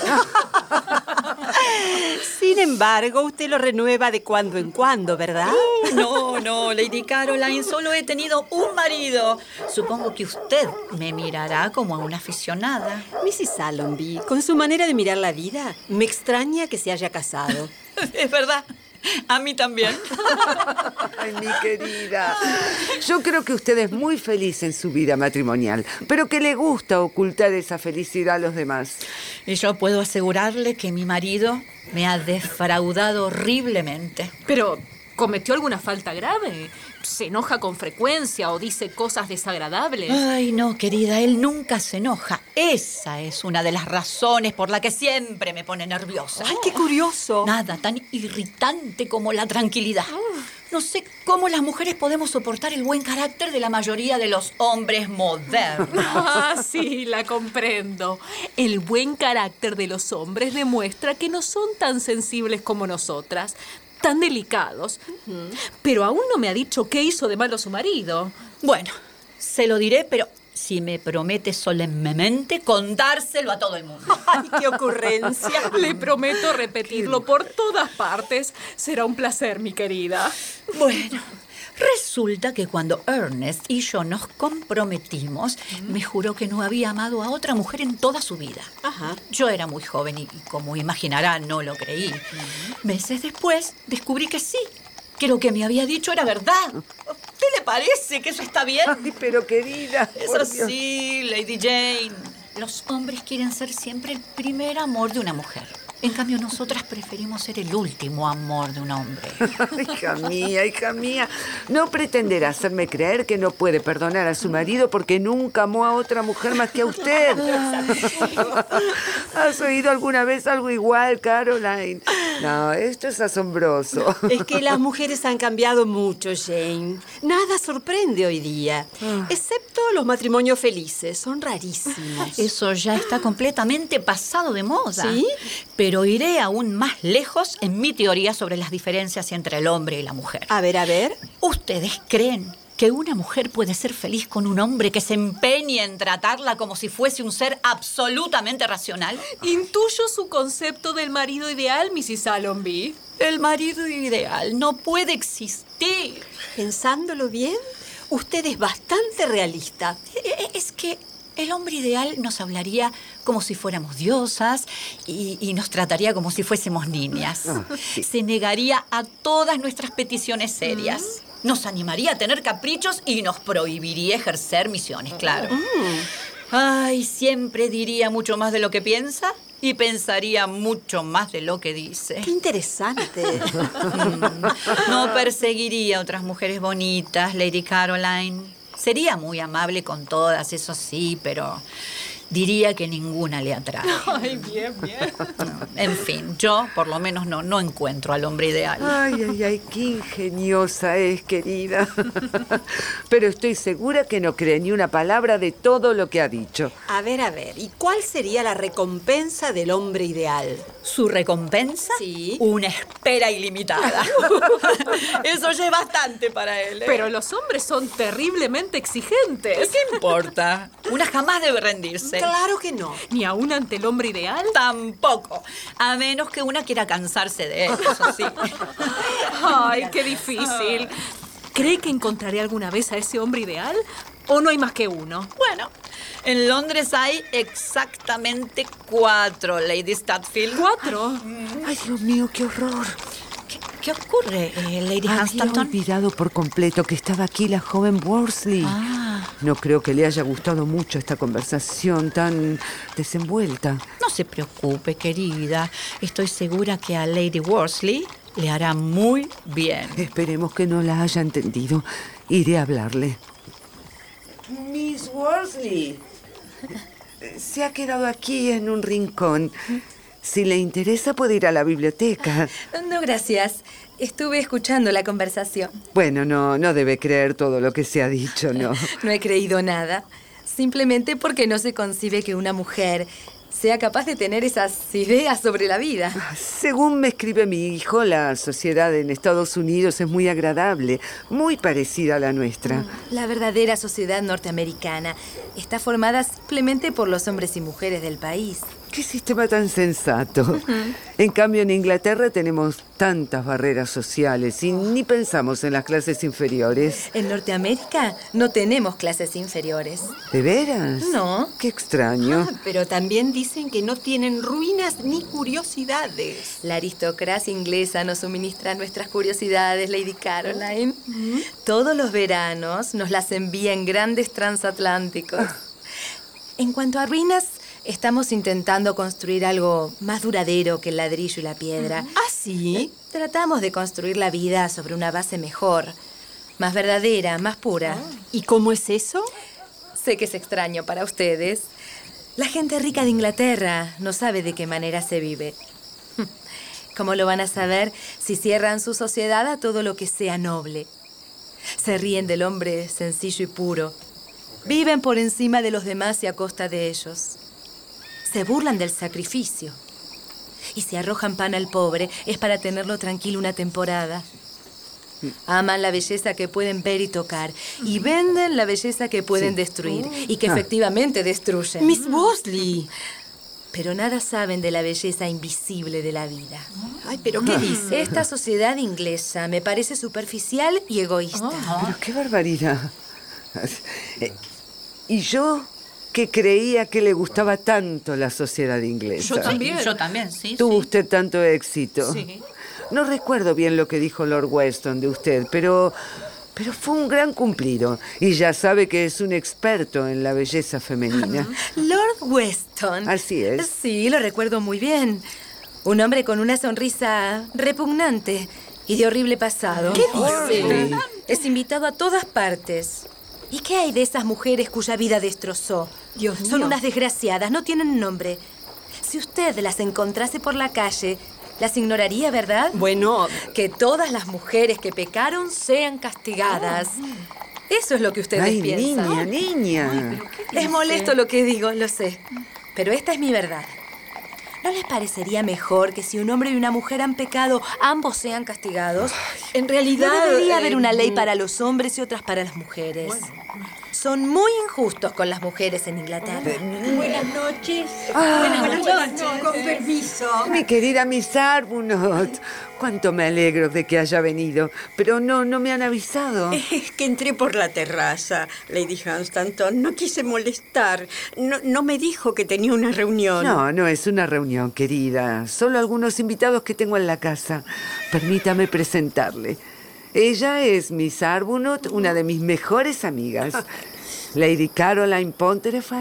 Sin embargo, usted lo renueva de cuando en cuando, ¿verdad? No, no, Lady Caroline, solo he tenido un marido. Supongo que usted me mirará como a una aficionada. missus Allonby, con su manera de mirar la vida, me extraña que se haya casado. Es verdad. A mí también. Ay, mi querida. Yo creo que usted es muy feliz en su vida matrimonial, pero que le gusta ocultar esa felicidad a los demás. Y yo puedo asegurarle que mi marido me ha defraudado horriblemente. Pero, ¿cometió alguna falta grave? ¿Se enoja con frecuencia o dice cosas desagradables? Ay, no, querida, él nunca se enoja. Esa es una de las razones por la que siempre me pone nerviosa. ¡Ay, qué curioso! Nada tan irritante como la tranquilidad. No sé cómo las mujeres podemos soportar el buen carácter de la mayoría de los hombres modernos. Ah, sí, la comprendo. El buen carácter de los hombres demuestra que no son tan sensibles como nosotras, tan delicados. Uh-huh. Pero aún no me ha dicho qué hizo de malo su marido. Bueno, se lo diré, pero si me promete solemnemente contárselo a todo el mundo. ¡Ay, qué ocurrencia! Le prometo repetirlo por todas partes. Será un placer, mi querida. Bueno, resulta que cuando Ernest y yo nos comprometimos, mm. me juró que no había amado a otra mujer en toda su vida. Ajá. Yo era muy joven y, como imaginará, no lo creí. Mm. Meses después, descubrí que sí, que lo que me había dicho era verdad. ¿A usted le parece que eso está bien? Ay, pero querida. Eso sí, Lady Jane. Los hombres quieren ser siempre el primer amor de una mujer. En cambio, nosotras preferimos ser el último amor de un hombre. Hija mía, hija mía. No pretenderá hacerme creer que no puede perdonar a su marido porque nunca amó a otra mujer más que a usted. ¿Has oído alguna vez algo igual, Caroline? No, esto es asombroso. Es que las mujeres han cambiado mucho, Jane. Nada sorprende hoy día. Excepto los matrimonios felices. Son rarísimos. Eso ya está completamente pasado de moda. ¿Sí? Pero Pero iré aún más lejos en mi teoría sobre las diferencias entre el hombre y la mujer. A ver, a ver. ¿Ustedes creen que una mujer puede ser feliz con un hombre que se empeñe en tratarla como si fuese un ser absolutamente racional? Intuyo su concepto del marido ideal, missus Allonby. El marido ideal no puede existir. Pensándolo bien, usted es bastante realista. Es que el hombre ideal nos hablaría como si fuéramos diosas y, y nos trataría como si fuésemos niñas. Ah, sí. Se negaría a todas nuestras peticiones serias. Mm. Nos animaría a tener caprichos y nos prohibiría ejercer misiones, claro. Mm. Ay, siempre diría mucho más de lo que piensa y pensaría mucho más de lo que dice. ¡Qué interesante! No perseguiría a otras mujeres bonitas, Lady Caroline. Sería muy amable con todas, eso sí, pero diría que ninguna le atrae. Ay, bien, bien. En fin, yo por lo menos no, no encuentro al hombre ideal. Ay, ay, ay, qué ingeniosa es, querida. Pero estoy segura que no cree ni una palabra de todo lo que ha dicho. A ver, a ver, ¿y cuál sería la recompensa del hombre ideal? ¿Su recompensa? Sí. Una espera ilimitada. Eso ya es bastante para él, ¿eh? Pero los hombres son terriblemente exigentes. ¿Qué importa? Una jamás debe rendirse. Claro que no. ¿Ni aún ante el hombre ideal? Tampoco. A menos que una quiera cansarse de él, eso sí. Ay, qué difícil. ¿Cree que encontraré alguna vez a ese hombre ideal? ¿O no hay más que uno? Bueno, en Londres hay exactamente cuatro, Lady Statfield. ¿Cuatro? Ay, Dios mío, qué horror. ¿Qué, qué ocurre, eh, Lady Había Hunstanton? olvidado por completo que estaba aquí la joven Worsley. Ah. No creo que le haya gustado mucho esta conversación tan desenvuelta. No se preocupe, querida. Estoy segura que a Lady Worsley le hará muy bien. Esperemos que no la haya entendido. Iré a hablarle. Miss Worsley, se ha quedado aquí en un rincón. Si le interesa, puede ir a la biblioteca. No, gracias. Estuve escuchando la conversación. Bueno, no, no debe creer todo lo que se ha dicho, ¿no? No he creído nada. Simplemente porque no se concibe que una mujer sea capaz de tener esas ideas sobre la vida. Según me escribe mi hijo, la sociedad en Estados Unidos es muy agradable, muy parecida a la nuestra. La verdadera sociedad norteamericana está formada simplemente por los hombres y mujeres del país. ¡Qué sistema tan sensato! En cambio, en Inglaterra tenemos tantas barreras sociales y ni pensamos en las clases inferiores. En Norteamérica no tenemos clases inferiores. ¿De veras? No. ¡Qué extraño! Ah, pero también dicen que no tienen ruinas ni curiosidades. La aristocracia inglesa nos suministra nuestras curiosidades, Lady Caroline. Todos los veranos nos las envía en grandes transatlánticos. En cuanto a ruinas, estamos intentando construir algo más duradero que el ladrillo y la piedra. ¿Ah, sí? Tratamos de construir la vida sobre una base mejor, más verdadera, más pura. ¿Y cómo es eso? Sé que es extraño para ustedes. La gente rica de Inglaterra no sabe de qué manera se vive. ¿Cómo lo van a saber si cierran su sociedad a todo lo que sea noble? Se ríen del hombre sencillo y puro. Viven por encima de los demás y a costa de ellos. Se burlan del sacrificio. Y si arrojan pan al pobre, es para tenerlo tranquilo una temporada. Aman la belleza que pueden ver y tocar. Y venden la belleza que pueden Sí. destruir. Y que Ah. efectivamente destruyen. Miss Worsley. Pero nada saben de la belleza invisible de la vida. Ay, ¿pero qué dice? Esta sociedad inglesa me parece superficial y egoísta. Pero qué barbaridad. Eh, Y yo, que creía que le gustaba tanto la sociedad inglesa. Yo también. Yo también, sí. Tuvo sí. usted tanto éxito. Sí. No recuerdo bien lo que dijo Lord Weston de usted, pero, pero fue un gran cumplido. Y ya sabe que es un experto en la belleza femenina. Lord Weston. Así es. Sí, lo recuerdo muy bien. Un hombre con una sonrisa repugnante y de horrible pasado. ¿Qué dice? Es invitado a todas partes. ¿Y qué hay de esas mujeres cuya vida destrozó? Dios Son mío. unas desgraciadas, no tienen nombre. Si usted las encontrase por la calle, las ignoraría, ¿verdad? Bueno, Que todas las mujeres que pecaron sean castigadas. Eso es lo que ustedes Ay, piensan. niña, niña. Es molesto lo que digo, lo sé. Pero esta es mi verdad. ¿No les parecería mejor que si un hombre y una mujer han pecado, ambos sean castigados? en realidad... No debería haber eh, una ley para los hombres y otras para las mujeres. Son muy injustos con las mujeres en Inglaterra. Buenas noches. Ah, Buenas noches. Con permiso. Mi querida Miss Arbuthnot, cuánto me alegro de que haya venido, pero no, no me han avisado. Es que entré por la terraza, Lady Hunstanton. No quise molestar. No, no me dijo que tenía una reunión. No, no es una reunión, querida. Solo algunos invitados que tengo en la casa. Permítame presentarle. Ella es Miss Arbuthnot, una de mis mejores amigas. Lady Caroline Pontefract.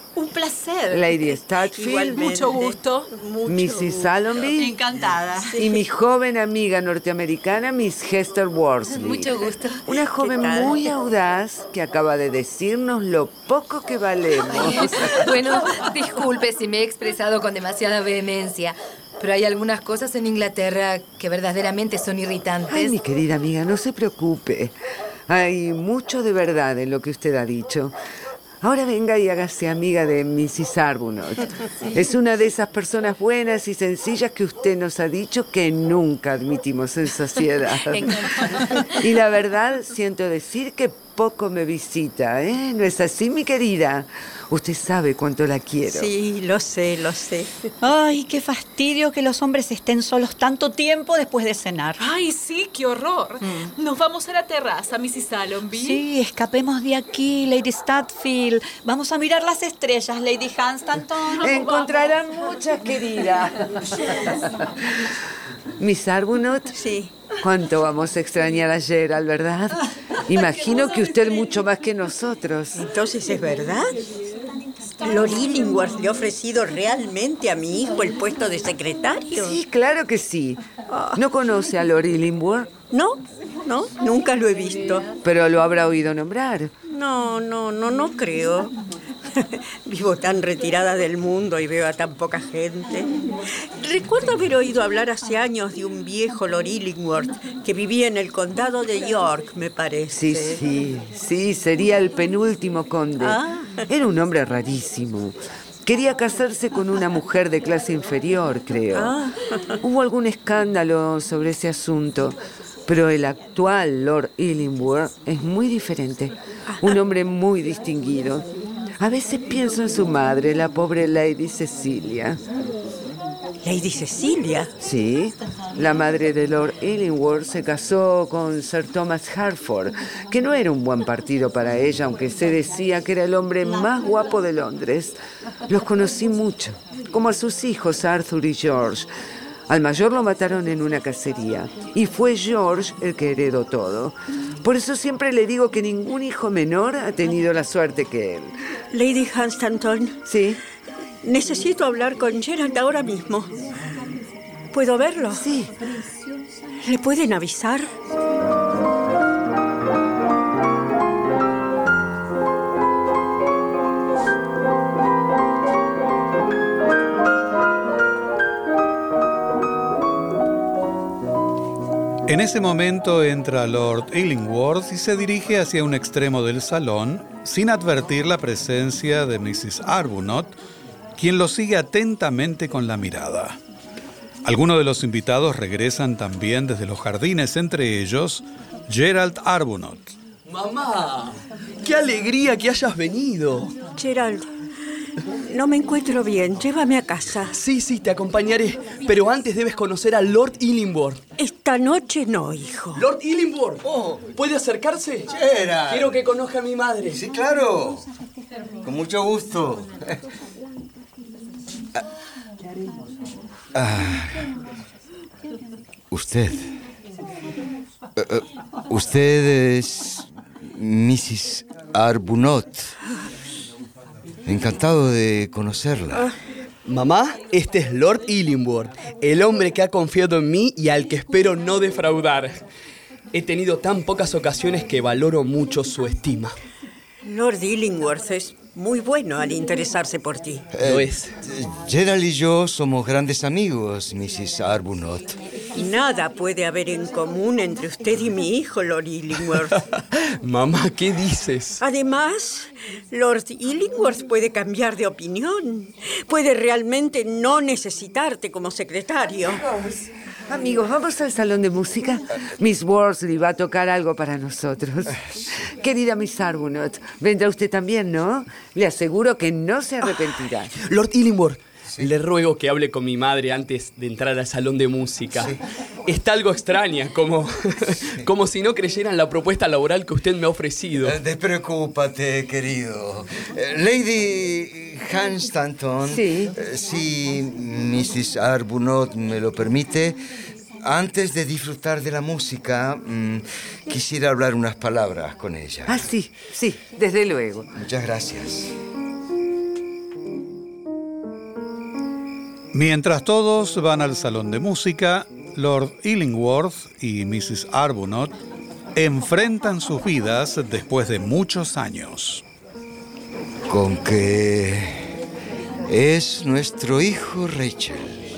Un placer. Lady Stutfield. Igualmente. Mucho gusto. Mucho missus gusto. Allenby. Encantada. Y mi joven amiga norteamericana, Miss Hester Worsley. Mucho gusto. Una joven tal? muy audaz que acaba de decirnos lo poco que valemos. Bueno, disculpe si me he expresado con demasiada vehemencia, pero hay algunas cosas en Inglaterra que verdaderamente son irritantes. Ay, mi querida amiga, no se preocupe. Hay mucho de verdad en lo que usted ha dicho. Ahora venga y hágase amiga de missus Arbuthnot. Es una de esas personas buenas y sencillas que usted nos ha dicho que nunca admitimos en sociedad. Y la verdad, siento decir que poco me visita, ¿eh? ¿No es así, mi querida? Usted sabe cuánto la quiero. Sí, lo sé, lo sé. Ay, qué fastidio que los hombres estén solos tanto tiempo después de cenar. Ay, sí, qué horror. Nos vamos a la terraza, missus Allenby. Sí, escapemos de aquí, Lady Stutfield. Vamos a mirar las estrellas, Lady Hunstanton. Encontrarán muchas, querida. Miss Arbuthnot. Sí. ¿Cuánto vamos a extrañar a Gerald, verdad? Imagino que usted mucho más que nosotros. Entonces, ¿es verdad? ¿Lord Illingworth le ha ofrecido realmente a mi hijo el puesto de secretario? Sí, claro que sí. ¿No conoce a Lord Illingworth? No, no, nunca lo he visto. Pero lo habrá oído nombrar. No, no, no, no creo. Vivo tan retirada del mundo y veo a tan poca gente. Recuerdo haber oído hablar hace años de un viejo Lord Illingworth que vivía en el condado de York, me parece. Sí, sí, sí, sería el penúltimo conde. Ah. Era un hombre rarísimo. Quería casarse con una mujer de clase inferior, creo. Ah. Hubo algún escándalo sobre ese asunto, pero el actual Lord Illingworth es muy diferente. Un hombre muy distinguido. A veces pienso en su madre, la pobre Lady Cecilia. ¿Lady Cecilia? Sí, la madre de Lord Illingworth se casó con Sir Thomas Harford, que no era un buen partido para ella, aunque se decía que era el hombre más guapo de Londres. Los conocí mucho, como a sus hijos Arthur y George. Al mayor lo mataron en una cacería y fue George el que heredó todo. Por eso siempre le digo que ningún hijo menor ha tenido la suerte que él. Lady Hunstanton. Sí. Necesito hablar con Gerald ahora mismo. ¿Puedo verlo? Sí. ¿Le pueden avisar? En ese momento entra Lord Illingworth y se dirige hacia un extremo del salón sin advertir la presencia de missus Arbuthnot, quien lo sigue atentamente con la mirada. Algunos de los invitados regresan también desde los jardines, entre ellos Gerald Arbuthnot. Mamá, qué alegría que hayas venido. Gerald, no me encuentro bien. Llévame a casa. Sí, sí, te acompañaré. Pero antes debes conocer a Lord Illingworth. Esta noche no, hijo. Lord Illingworth, oh, ¿puede acercarse? Gerald. Quiero que conozca a mi madre. Sí, claro. Con mucho gusto. Ah, usted. Uh, uh, usted es missus Arbuthnot. Encantado de conocerla. Mamá, este es Lord Illingworth, el hombre que ha confiado en mí y al que espero no defraudar. He tenido tan pocas ocasiones que valoro mucho su estima. Lord Illingworth es muy bueno al interesarse por ti. Eh, Lo es. Gerald y yo somos grandes amigos, missus Arbuthnot. Nada puede haber en común entre usted y mi hijo, Lord Illingworth. Mamá, ¿qué dices? Además, Lord Illingworth puede cambiar de opinión. Puede realmente no necesitarte como secretario. Amigos, ¿vamos al salón de música? Miss Worsley va a tocar algo para nosotros. Querida Miss Arbuthnot, vendrá usted también, ¿no? Le aseguro que no se arrepentirá. Lord Illingworth, sí. Le ruego que hable con mi madre antes de entrar al salón de música. Sí. Está algo extraña, como, como si no creyera en la propuesta laboral que usted me ha ofrecido. Eh, despreocúpate, querido. Eh, Lady Hunstanton, sí. eh, si missus Arbuthnot me lo permite, antes de disfrutar de la música, mmm, quisiera hablar unas palabras con ella. Ah, sí, sí, desde luego. Muchas gracias. Mientras todos van al salón de música, Lord Illingworth y missus Arbuthnot enfrentan sus vidas después de muchos años. Con que es nuestro hijo Rachel.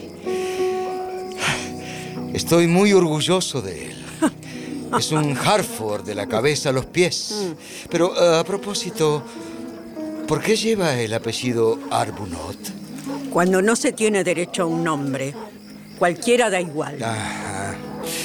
Estoy muy orgulloso de él. Es un Hartford de la cabeza a los pies. Pero a propósito, ¿por qué lleva el apellido Arbuthnot? Cuando no se tiene derecho a un nombre, cualquiera da igual. Ajá.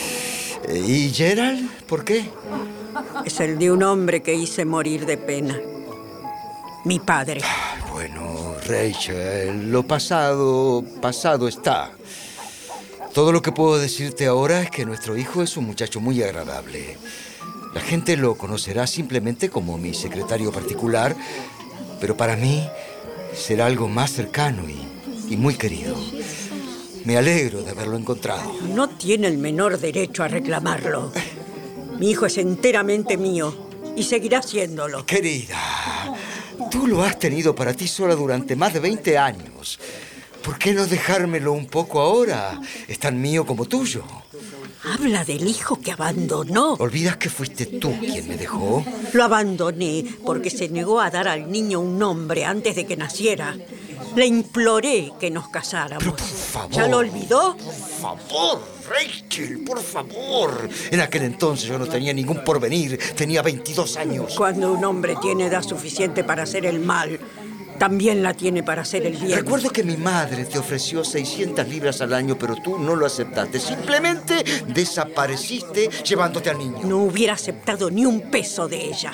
¿Y Gerald? ¿Por qué? Es el de un hombre que hice morir de pena. Mi padre. Bueno, Rachel, lo pasado, pasado está. Todo lo que puedo decirte ahora es que nuestro hijo es un muchacho muy agradable. La gente lo conocerá simplemente como mi secretario particular, pero para mí será algo más cercano y, y muy querido. Me alegro de haberlo encontrado. No tiene el menor derecho a reclamarlo. Mi hijo es enteramente mío y seguirá siéndolo. Querida, tú lo has tenido para ti sola durante más de veinte años. ¿Por qué no dejármelo un poco ahora? Es tan mío como tuyo. Habla del hijo que abandonó. ¿Olvidas que fuiste tú quien me dejó? Lo abandoné porque se negó a dar al niño un nombre antes de que naciera. Le imploré que nos casáramos. Pero por favor. ¿Ya lo olvidó? Por favor, Rachel, por favor. En aquel entonces yo no tenía ningún porvenir. Tenía veintidós años. Cuando un hombre tiene edad suficiente para hacer el mal, también la tiene para hacer el bien. Recuerdo que mi madre te ofreció seiscientas libras al año, pero tú no lo aceptaste. Simplemente desapareciste llevándote al niño. No hubiera aceptado ni un peso de ella.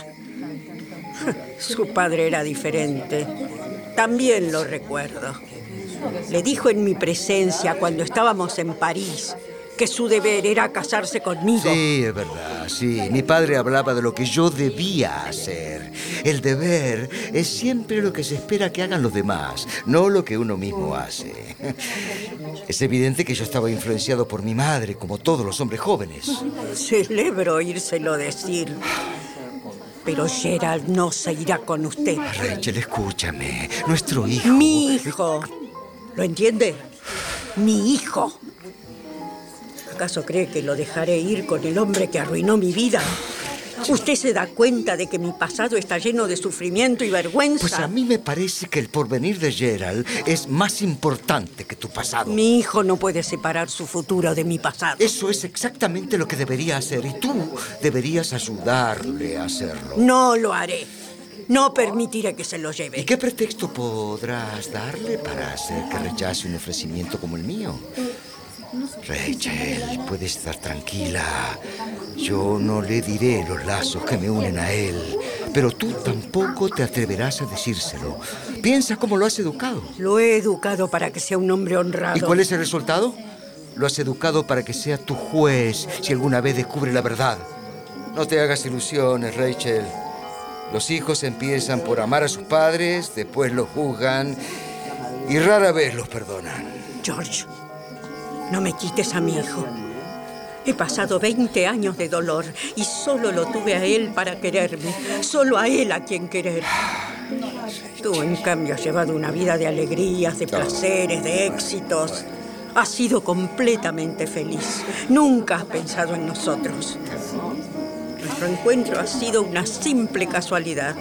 Su padre era diferente. También lo recuerdo. Le dijo en mi presencia, cuando estábamos en París, que su deber era casarse conmigo. Sí, es verdad, sí. Mi padre hablaba de lo que yo debía hacer. El deber es siempre lo que se espera que hagan los demás, no lo que uno mismo hace. Es evidente que yo estaba influenciado por mi madre, como todos los hombres jóvenes. Celebro oírselo decir. Pero Gerald no se irá con usted. Rachel, escúchame. Nuestro hijo... Mi hijo. ¿Lo entiende? Mi hijo. ¿Acaso cree que lo dejaré ir con el hombre que arruinó mi vida? ¿Usted se da cuenta de que mi pasado está lleno de sufrimiento y vergüenza? Pues a mí me parece que el porvenir de Gerald es más importante que tu pasado. Mi hijo no puede separar su futuro de mi pasado. Eso es exactamente lo que debería hacer y tú deberías ayudarle a hacerlo. No lo haré. No permitiré que se lo lleve. ¿Y qué pretexto podrás darle para hacer que rechace un ofrecimiento como el mío? Rachel, puedes estar tranquila. Yo no le diré los lazos que me unen a él, pero tú tampoco te atreverás a decírselo. Piensa cómo lo has educado. Lo he educado para que sea un hombre honrado. ¿Y cuál es el resultado? Lo has educado para que sea tu juez si alguna vez descubre la verdad. No te hagas ilusiones, Rachel. Los hijos empiezan por amar a sus padres, después los juzgan y rara vez los perdonan. George, no me quites a mi hijo. He pasado veinte años de dolor y solo lo tuve a él para quererme. Solo a él a quien querer. Tú, en cambio, has llevado una vida de alegrías, de placeres, de éxitos. Has sido completamente feliz. Nunca has pensado en nosotros. Nuestro encuentro ha sido una simple casualidad.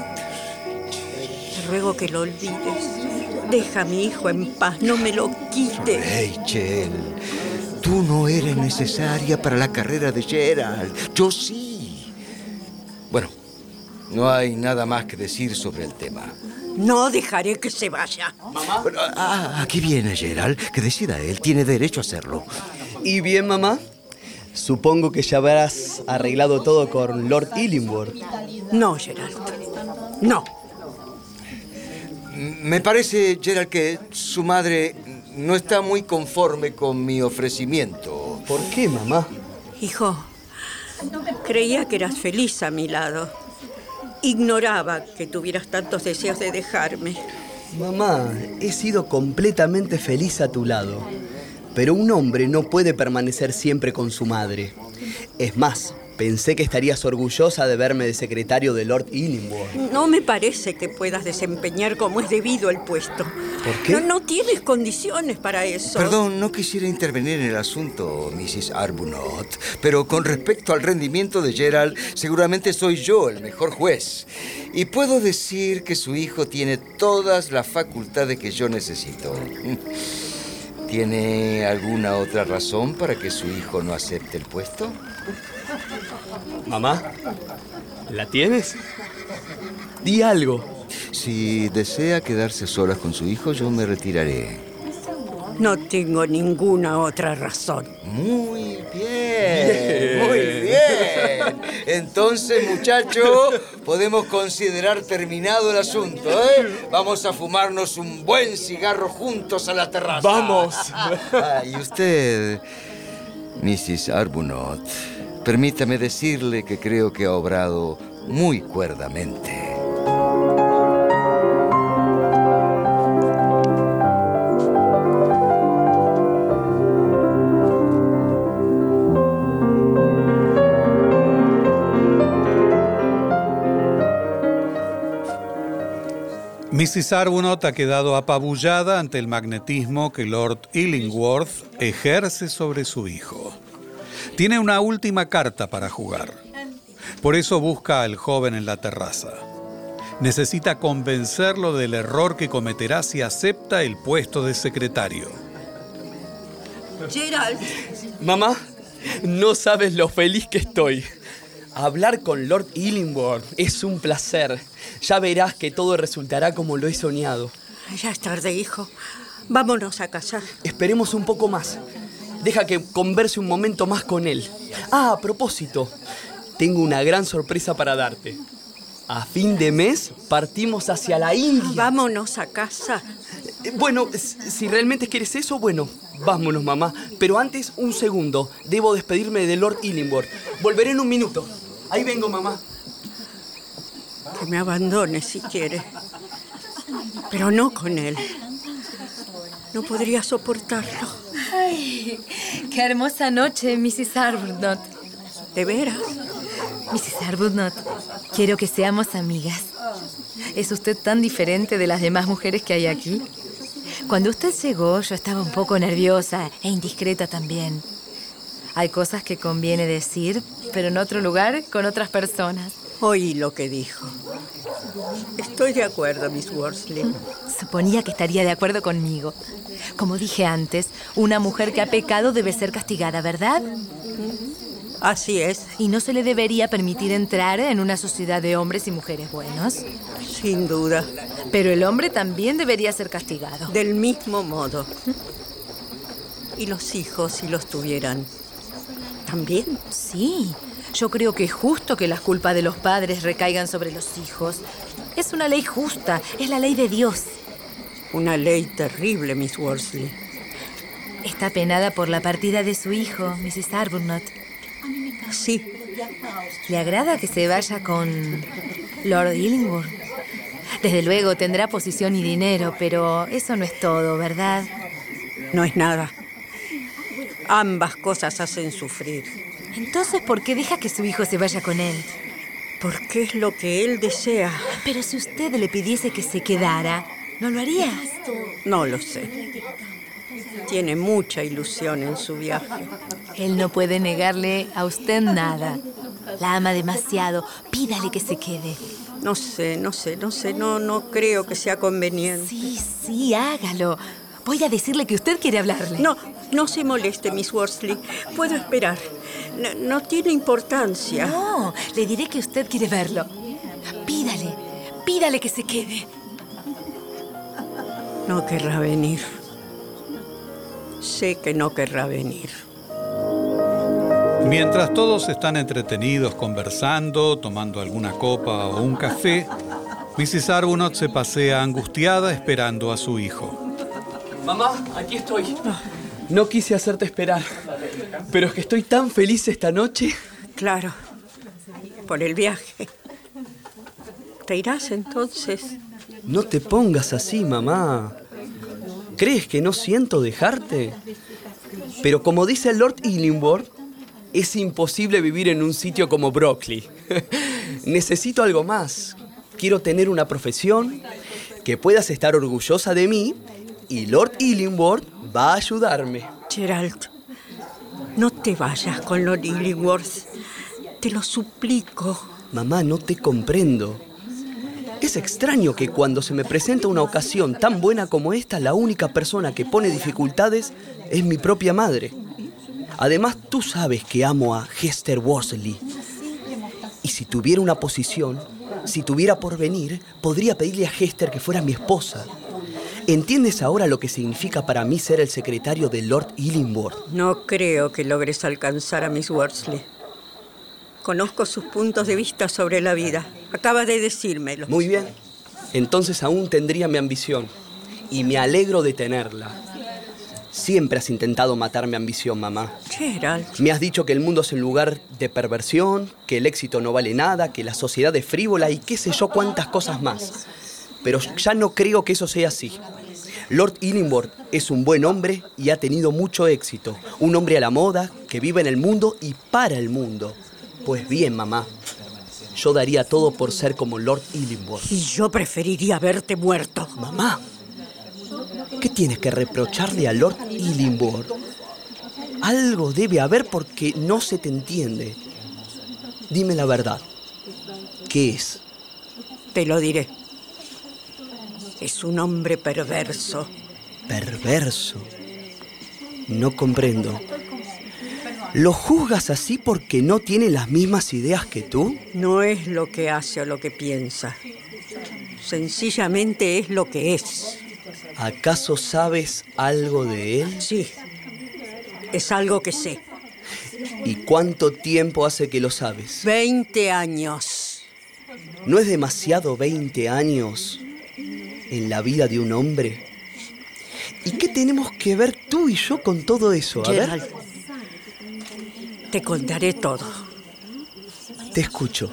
Te ruego que lo olvides. Deja a mi hijo en paz, no me lo quites. Rachel, tú no eres necesaria para la carrera de Gerald. Yo sí. Bueno, no hay nada más que decir sobre el tema. No dejaré que se vaya. ¿Mamá? Bueno, ah, aquí viene Gerald. Que decida él. Tiene derecho a hacerlo. ¿Y bien, mamá? Supongo que ya habrás arreglado todo con Lord Illingworth. No, Gerald. No. Me parece, Gerald, que su madre no está muy conforme con mi ofrecimiento. ¿Por qué, mamá? Hijo, creía que eras feliz a mi lado. Ignoraba que tuvieras tantos deseos de dejarme. Mamá, he sido completamente feliz a tu lado. Pero un hombre no puede permanecer siempre con su madre. Es más, Pensé que estarías orgullosa de verme de secretario de Lord Illingworth. No me parece que puedas desempeñar como es debido el puesto. ¿Por qué? No, no tienes condiciones para eso. Perdón, no quisiera intervenir en el asunto, missus Arbuthnot, pero con respecto al rendimiento de Gerald, seguramente soy yo el mejor juez. Y puedo decir que su hijo tiene todas las facultades que yo necesito. ¿Tiene alguna otra razón para que su hijo no acepte el puesto? Mamá, ¿la tienes? Di algo. Si desea quedarse solas con su hijo, yo me retiraré. No tengo ninguna otra razón. Muy bien, muy bien. Entonces, muchacho, podemos considerar terminado el asunto, ¿eh? Vamos a fumarnos un buen cigarro juntos a la terraza. ¡Vamos! Ah, y usted, missus Arbuthnot, permítame decirle que creo que ha obrado muy cuerdamente. missus Arbuthnot ha quedado apabullada ante el magnetismo que Lord Illingworth ejerce sobre su hijo. Tiene una última carta para jugar. Por eso busca al joven en la terraza. Necesita convencerlo del error que cometerá si acepta el puesto de secretario. Gerald. Mamá, no sabes lo feliz que estoy. Hablar con Lord Illingworth es un placer. Ya verás que todo resultará como lo he soñado. Ya es tarde, hijo. Vámonos a casa. Esperemos un poco más. Deja que converse un momento más con él. Ah, a propósito, tengo una gran sorpresa para darte. A fin de mes partimos hacia la India. Vámonos a casa. Bueno, si realmente quieres eso, bueno, vámonos, mamá. Pero antes, un segundo. Debo despedirme de Lord Illingworth. Volveré en un minuto. Ahí vengo, mamá. Que me abandone si quiere. Pero no con él. No podría soportarlo. Ay, qué hermosa noche, missus Arbuthnot. ¿De veras? missus Arbuthnot, quiero que seamos amigas. ¿Es usted tan diferente de las demás mujeres que hay aquí? Cuando usted llegó, yo estaba un poco nerviosa e indiscreta también. Hay cosas que conviene decir, pero en otro lugar, con otras personas. Oí lo que dijo. Estoy de acuerdo, miss Worsley. Suponía que estaría de acuerdo conmigo. Como dije antes, una mujer que ha pecado debe ser castigada, ¿verdad? Así es. Y no se le debería permitir entrar en una sociedad de hombres y mujeres buenos. Sin duda. Pero el hombre también debería ser castigado. Del mismo modo. ¿Y los hijos, si los tuvieran? ¿También? Sí. Yo creo que es justo que las culpas de los padres recaigan sobre los hijos. Es una ley justa. Es la ley de Dios. Una ley terrible, miss Worsley. Está penada por la partida de su hijo, missus Arbuthnot. Sí. ¿Le agrada que se vaya con Lord Illingworth? Desde luego tendrá posición y dinero, pero eso no es todo, ¿verdad? No es nada. Ambas cosas hacen sufrir. Entonces, ¿por qué deja que su hijo se vaya con él? Porque es lo que él desea. Pero si usted le pidiese que se quedara, ¿no lo haría? No lo sé. Tiene mucha ilusión en su viaje. Él no puede negarle a usted nada. La ama demasiado. Pídale que se quede. No sé, no sé, no sé. No, no creo que sea conveniente. Sí, sí, hágalo. Voy a decirle que usted quiere hablarle. No, no se moleste, miss Worsley. Puedo esperar. No, no tiene importancia. No, le diré que usted quiere verlo. Pídale, pídale que se quede. No querrá venir. Sé que no querrá venir. Mientras todos están entretenidos conversando, tomando alguna copa o un café, missus Arbuthnot se pasea angustiada esperando a su hijo. Mamá, aquí estoy. No quise hacerte esperar, pero es que estoy tan feliz esta noche. Claro, por el viaje. ¿Te irás entonces? No te pongas así, mamá. ¿Crees que no siento dejarte? Pero como dice el Lord Illingworth, Es imposible vivir en un sitio como Brockley. Necesito algo más. Quiero tener una profesión, que puedas estar orgullosa de mí, y Lord Illingworth va a ayudarme. Gerald, no te vayas con Lord Illingworth. Te lo suplico. Mamá, no te comprendo. Es extraño que cuando se me presenta una ocasión tan buena como esta, la única persona que pone dificultades es mi propia madre. Además, tú sabes que amo a Hester Worsley. Y si tuviera una posición, si tuviera porvenir, podría pedirle a Hester que fuera mi esposa. ¿Entiendes ahora lo que significa para mí ser el secretario de Lord Illingworth? No creo que logres alcanzar a Miss Worsley. Conozco sus puntos de vista sobre la vida. Acaba de decírmelo. Muy bien. Entonces aún tendría mi ambición. Y me alegro de tenerla. Siempre has intentado matar mi ambición, mamá. Gerald. Me has dicho que el mundo es un lugar de perversión, que el éxito no vale nada, que la sociedad es frívola y qué sé yo cuántas cosas más. Pero ya no creo que eso sea así. Lord Illingworth es un buen hombre y ha tenido mucho éxito. Un hombre a la moda, que vive en el mundo y para el mundo. Pues bien, mamá, yo daría todo por ser como Lord Illingworth. Y yo preferiría verte muerto. Mamá, ¿qué tienes que reprocharle a Lord Illingworth? Algo debe haber porque no se te entiende. Dime la verdad. ¿Qué es? Te lo diré. Es un hombre perverso. ¿Perverso? No comprendo. ¿Lo juzgas así porque no tiene las mismas ideas que tú? No es lo que hace o lo que piensa. Sencillamente es lo que es. ¿Acaso sabes algo de él? Sí, es algo que sé. ¿Y cuánto tiempo hace que lo sabes? Veinte años. ¿No es demasiado veinte años en la vida de un hombre? ¿Y qué tenemos que ver tú y yo con todo eso? A Gerald, ver. Te contaré todo. Te escucho.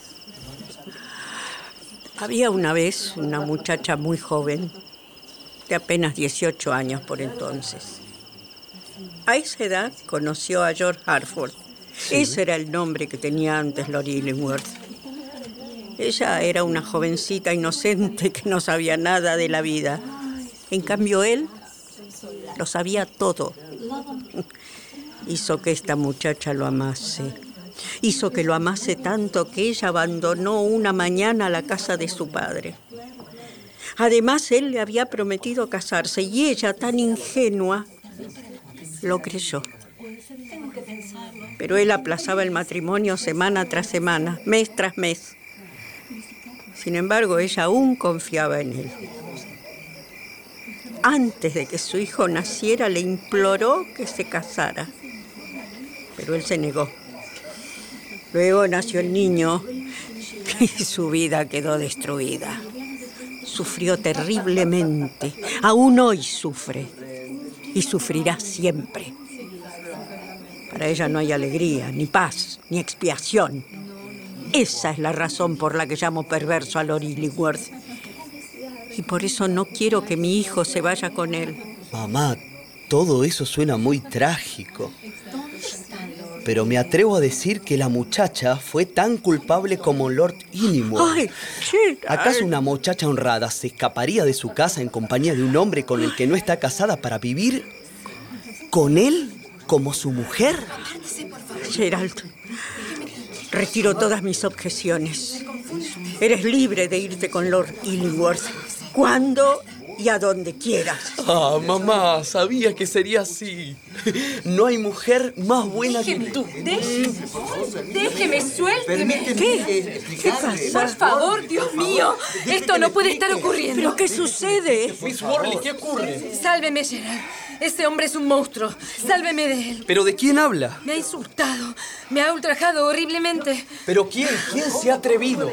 Había una vez una muchacha muy joven, de apenas dieciocho años por entonces. A esa edad conoció a George Harford. Sí. Ese era el nombre que tenía antes Lord Illingworth. Ella era una jovencita inocente que no sabía nada de la vida. En cambio, él lo sabía todo. Hizo que esta muchacha lo amase. Hizo que lo amase tanto que ella abandonó una mañana la casa de su padre. Además, él le había prometido casarse y ella, tan ingenua, lo creyó. Pero él aplazaba el matrimonio semana tras semana, mes tras mes. Sin embargo, ella aún confiaba en él. Antes de que su hijo naciera, le imploró que se casara. Pero él se negó. Luego nació el niño y su vida quedó destruida. Sufrió terriblemente. Aún hoy sufre. Y sufrirá siempre. Para ella no hay alegría, ni paz, ni expiación. Esa es la razón por la que llamo perverso a Lord Illingworth. Y por eso no quiero que mi hijo se vaya con él. Mamá, todo eso suena muy trágico. Pero me atrevo a decir que la muchacha fue tan culpable como Lord Illingworth. Ay, sí. ¿Acaso una muchacha honrada se escaparía de su casa en compañía de un hombre con el que no está casada para vivir con él como su mujer? Gerald, retiro todas mis objeciones. Eres libre de irte con Lord Illingworth cuando y a donde quieras. Ah, mamá, sabía que sería así. No hay mujer más buena déjeme, que tú. Déjeme, déjeme, suélteme. ¿Qué? ¿Qué pasa? Por favor, Dios mío, esto no puede estar ocurriendo. ¿Pero qué sucede? Miss Worley, ¿qué ocurre? Sálveme, Gerald. Ese hombre es un monstruo. Sálveme de él. ¿Pero de quién habla? Me ha insultado. Me ha ultrajado horriblemente. ¿Pero quién? ¿Quién se ha atrevido?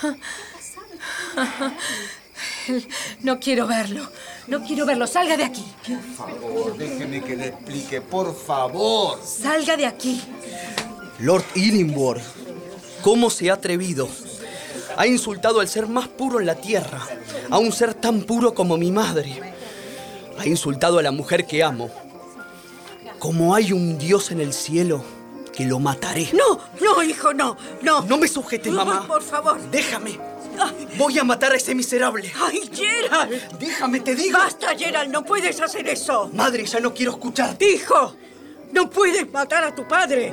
No quiero verlo. No quiero verlo. Salga de aquí. Por favor, déjeme que le explique, por favor. Salga de aquí. Lord Illingworth, ¿cómo se ha atrevido? Ha insultado al ser más puro en la tierra, a un ser tan puro como mi madre. Ha insultado a la mujer que amo. Como hay un Dios en el cielo, que lo mataré. No, no, hijo, no, no. No me sujetes, No, mamá. por favor. Déjame. Voy a matar a ese miserable. ¡Ay, Gerald! Déjame, te digo. ¡Basta, Gerald! ¡No puedes hacer eso! Madre, ya no quiero escuchar. ¡Hijo! ¡No puedes matar a tu padre!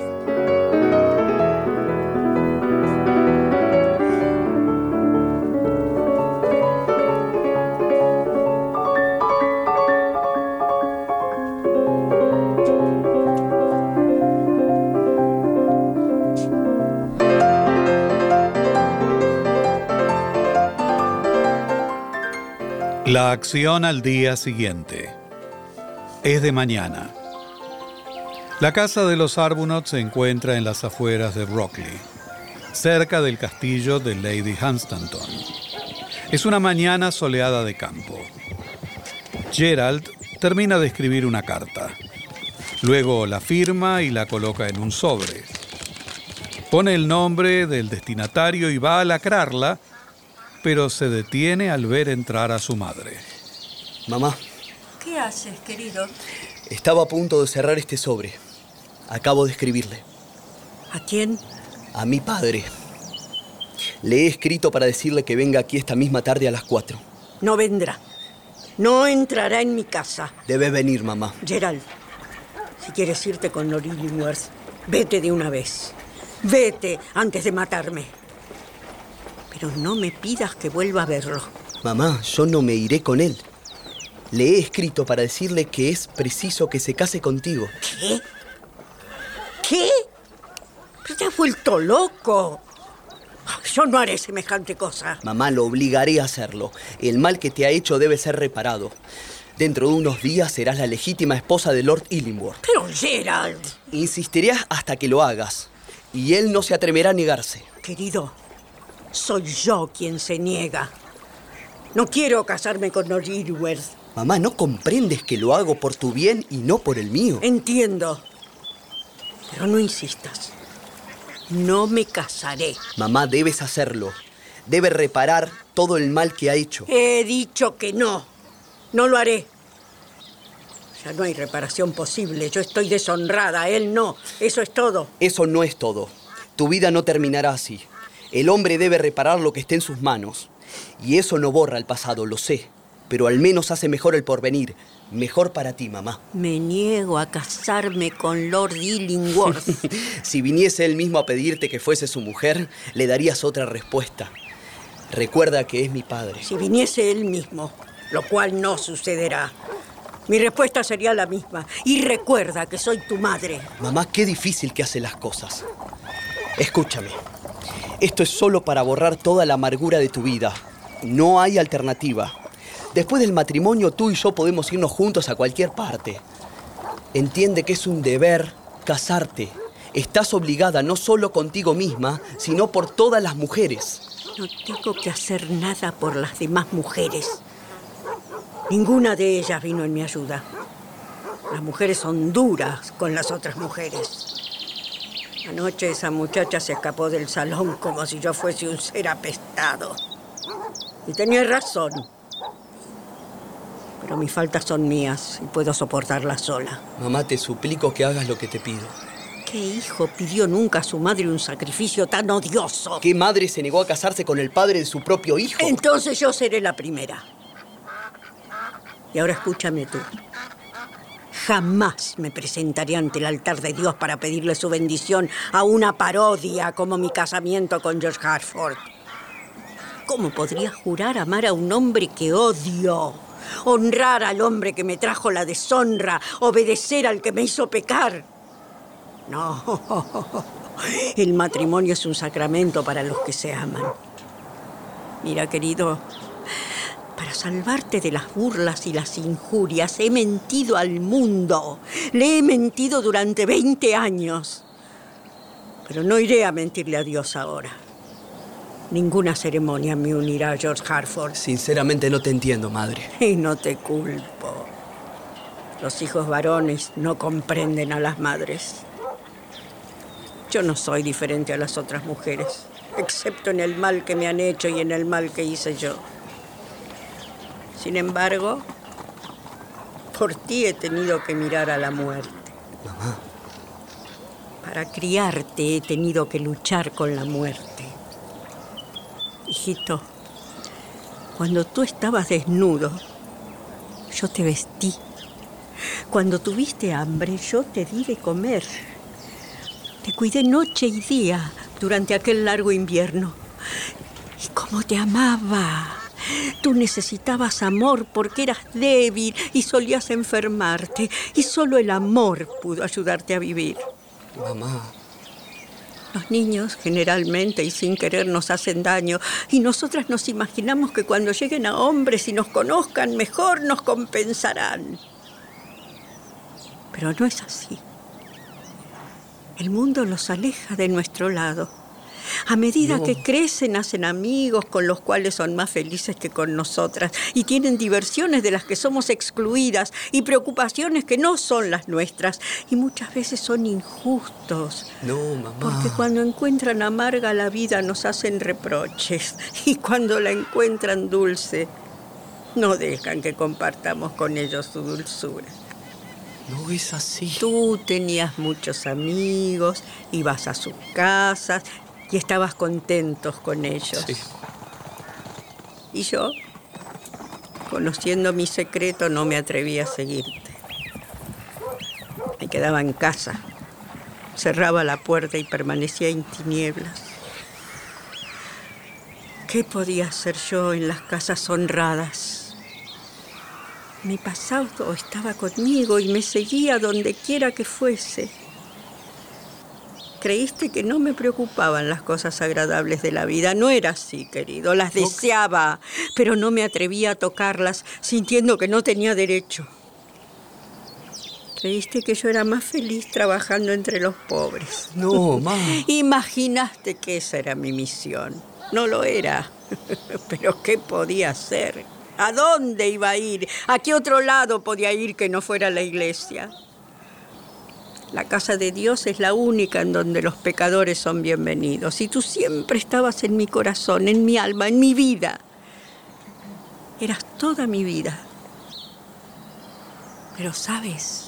La acción al día siguiente. Es de mañana. La casa de los Arbuthnot se encuentra en las afueras de Brockley, cerca del castillo de Lady Hunstanton. Es una mañana soleada de campo. Gerald termina de escribir una carta. Luego la firma y la coloca en un sobre. Pone el nombre del destinatario y va a lacrarla, pero se detiene al ver entrar a su madre. Mamá. ¿Qué haces, querido? Estaba a punto de cerrar este sobre. Acabo de escribirle. ¿A quién? A mi padre. Le he escrito para decirle que venga aquí esta misma tarde a las cuatro. No vendrá. No entrará en mi casa. Debe venir, mamá. Gerald, si quieres irte con Lord Illingworth, vete de una vez. Vete antes de matarme. Pero no me pidas que vuelva a verlo. Mamá, yo no me iré con él. Le he escrito para decirle que es preciso que se case contigo. ¿Qué? ¿Qué? ¿Pero te has vuelto loco? Yo no haré semejante cosa. Mamá, lo obligaré a hacerlo. El mal que te ha hecho debe ser reparado. Dentro de unos días serás la legítima esposa de Lord Illingworth. Pero, Gerald... Insistiré hasta que lo hagas. Y él no se atreverá a negarse. Querido, soy yo quien se niega. No quiero casarme con Lord Illingworth. Mamá, ¿no comprendes que lo hago por tu bien y no por el mío? Entiendo. Pero no insistas. No me casaré. Mamá, debes hacerlo. Debes reparar todo el mal que ha hecho. He dicho que no. No lo haré. Ya no hay reparación posible. Yo estoy deshonrada, él no. Eso es todo. Eso no es todo. Tu vida no terminará así. El hombre debe reparar lo que esté en sus manos. Y eso no borra el pasado, lo sé. Pero al menos hace mejor el porvenir. Mejor para ti, mamá. Me niego a casarme con Lord Illingworth. Si viniese él mismo a pedirte que fuese su mujer, le darías otra respuesta. Recuerda que es mi padre. Si viniese él mismo, lo cual no sucederá, mi respuesta sería la misma. Y recuerda que soy tu madre. Mamá, qué difícil que hace las cosas. Escúchame. Esto es solo para borrar toda la amargura de tu vida. No hay alternativa. Después del matrimonio, tú y yo podemos irnos juntos a cualquier parte. Entiende que es un deber casarte. Estás obligada no solo contigo misma, sino por todas las mujeres. No tengo que hacer nada por las demás mujeres. Ninguna de ellas vino en mi ayuda. Las mujeres son duras con las otras mujeres. Anoche esa muchacha se escapó del salón como si yo fuese un ser apestado. Y tenía razón. Pero mis faltas son mías y puedo soportarlas sola. Mamá, te suplico que hagas lo que te pido. ¿Qué hijo pidió nunca a su madre un sacrificio tan odioso? ¿Qué madre se negó a casarse con el padre de su propio hijo? Entonces yo seré la primera. Y ahora escúchame tú. Jamás me presentaré ante el altar de Dios para pedirle su bendición a una parodia como mi casamiento con George Harford. ¿Cómo podría jurar amar a un hombre que odio? Honrar al hombre que me trajo la deshonra, obedecer al que me hizo pecar. No, el matrimonio es un sacramento para los que se aman. Mira, querido, para salvarte de las burlas y las injurias, he mentido al mundo. Le he mentido durante veinte años. Pero no iré a mentirle a Dios ahora. Ninguna ceremonia me unirá a George Harford. Sinceramente no te entiendo, madre. Y no te culpo. Los hijos varones no comprenden a las madres. Yo no soy diferente a las otras mujeres, excepto en el mal que me han hecho y en el mal que hice yo. Sin embargo, por ti he tenido que mirar a la muerte. Mamá. Para criarte he tenido que luchar con la muerte. Hijito, cuando tú estabas desnudo, yo te vestí. Cuando tuviste hambre, yo te di de comer. Te cuidé noche y día durante aquel largo invierno. Y cómo te amaba. Tú necesitabas amor porque eras débil y solías enfermarte. Y solo el amor pudo ayudarte a vivir. Mamá. Los niños generalmente y sin querer nos hacen daño y nosotras nos imaginamos que cuando lleguen a hombres y nos conozcan mejor nos compensarán. Pero no es así. El mundo los aleja de nuestro lado. A medida No. que crecen, hacen amigos con los cuales son más felices que con nosotras y tienen diversiones de las que somos excluidas y preocupaciones que no son las nuestras y muchas veces son injustos. No, mamá. Porque cuando encuentran amarga la vida nos hacen reproches y cuando la encuentran dulce no dejan que compartamos con ellos su dulzura. No es así. Tú tenías muchos amigos, ibas a sus casas y estabas contentos con ellos. Sí. Y yo, conociendo mi secreto, no me atreví a seguirte. Me quedaba en casa, cerraba la puerta y permanecía en tinieblas. ¿Qué podía hacer yo en las casas honradas? Mi pasado estaba conmigo y me seguía donde quiera que fuese. Creíste que no me preocupaban las cosas agradables de la vida. No era así, querido. Las deseaba, pero no me atrevía a tocarlas, sintiendo que no tenía derecho. Creíste que yo era más feliz trabajando entre los pobres. No, mamá. Imaginaste que esa era mi misión. No lo era. Pero ¿qué podía hacer? ¿A dónde iba a ir? ¿A qué otro lado podía ir que no fuera la iglesia? La casa de Dios es la única en donde los pecadores son bienvenidos. Y tú siempre estabas en mi corazón, en mi alma, en mi vida. Eras toda mi vida. Pero, ¿sabes?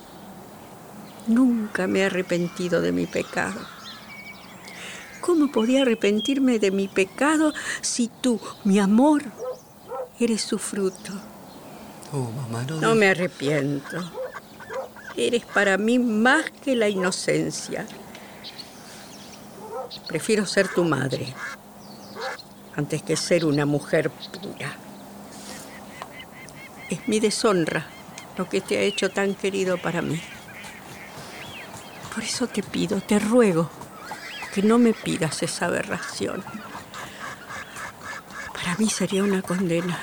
Nunca me he arrepentido de mi pecado. ¿Cómo podía arrepentirme de mi pecado si tú, mi amor, eres su fruto? Oh, mamá, no. No me arrepiento. Eres para mí más que la inocencia. Prefiero ser tu madre antes que ser una mujer pura. Es mi deshonra lo que te ha hecho tan querido para mí. Por eso te pido, te ruego, que no me pidas esa aberración. Para mí sería una condena.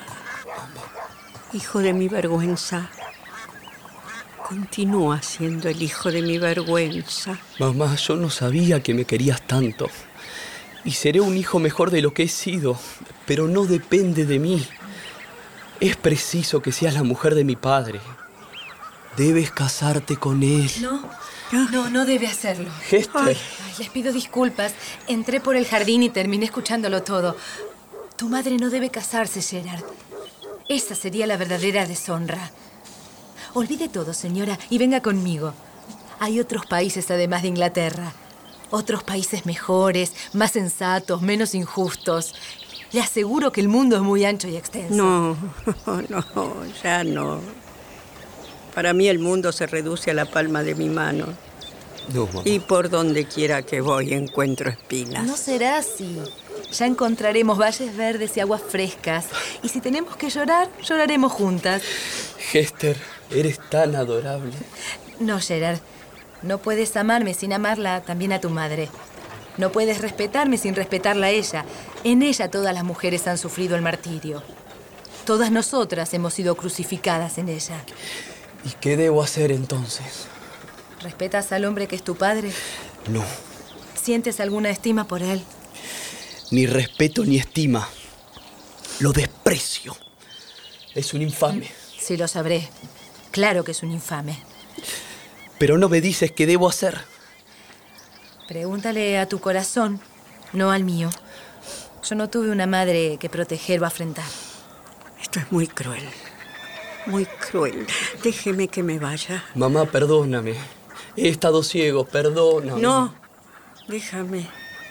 Hijo de mi vergüenza. Continúa siendo el hijo de mi vergüenza. Mamá, yo no sabía que me querías tanto. Y seré un hijo mejor de lo que he sido, pero no depende de mí. Es preciso que seas la mujer de mi padre. Debes casarte con él. No, no, no debe hacerlo. Hester. Ay, les pido disculpas. Entré por el jardín y terminé escuchándolo todo. Tu madre no debe casarse, Gerard. Esa sería la verdadera deshonra. Olvide todo, señora, y venga conmigo. Hay otros países además de Inglaterra. Otros países mejores, más sensatos, menos injustos. Le aseguro que el mundo es muy ancho y extenso. No, no, ya no. Para mí el mundo se reduce a la palma de mi mano. No, mamá. Y por donde quiera que voy encuentro espinas. No será así. Ya encontraremos valles verdes y aguas frescas. Y si tenemos que llorar, lloraremos juntas. Hester, eres tan adorable. No, Gerard. No puedes amarme sin amarla también a tu madre. No puedes respetarme sin respetarla a ella. En ella todas las mujeres han sufrido el martirio. Todas nosotras hemos sido crucificadas en ella. ¿Y qué debo hacer entonces? ¿Respetas al hombre que es tu padre? No, ¿Sientes alguna estima por él? ni respeto ni estima. Lo desprecio. Es un infame. Sí, lo sabré. Claro que es un infame. Pero no me dices qué debo hacer. Pregúntale a tu corazón, no al mío. Yo no tuve una madre que proteger o afrentar. Esto es muy cruel. Muy cruel. Déjeme que me vaya. Mamá, perdóname. He estado ciego, perdóname. No, déjame.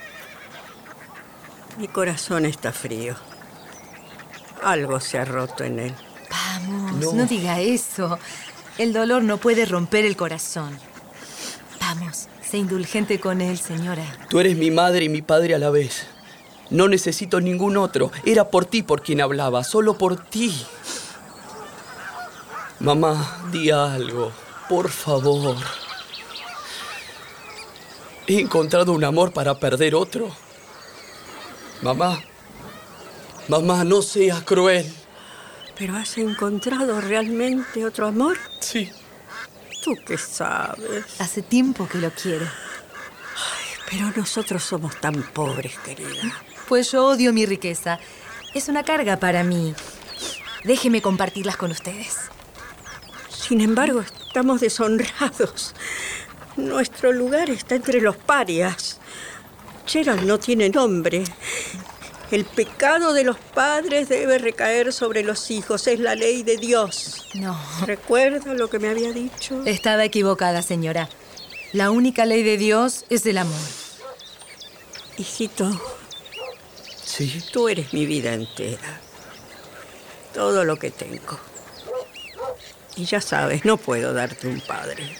Mi corazón está frío. Algo se ha roto en él. Vamos, no. No. no diga eso. El dolor no puede romper el corazón. Vamos, sé indulgente con él, señora. Tú eres mi madre y mi padre a la vez. No necesito ningún otro. Era por ti por quien hablaba, solo por ti. Mamá, di algo, por favor. He encontrado un amor para perder otro. Mamá, mamá, no seas cruel. ¿Pero has encontrado realmente otro amor? Sí. ¿Tú qué sabes? Hace tiempo que lo quiero. Pero nosotros somos tan pobres, querida. Pues yo odio mi riqueza. Es una carga para mí. Déjeme compartirlas con ustedes. Sin embargo, estamos deshonrados. Nuestro lugar está entre los parias. Gerald no tiene nombre. El pecado de los padres debe recaer sobre los hijos. Es la ley de Dios. No. ¿Recuerda lo que me había dicho? Estaba equivocada, señora. La única ley de Dios es el amor. Hijito. Sí. Tú eres mi vida entera. Todo lo que tengo. Y ya sabes, no puedo darte un padre.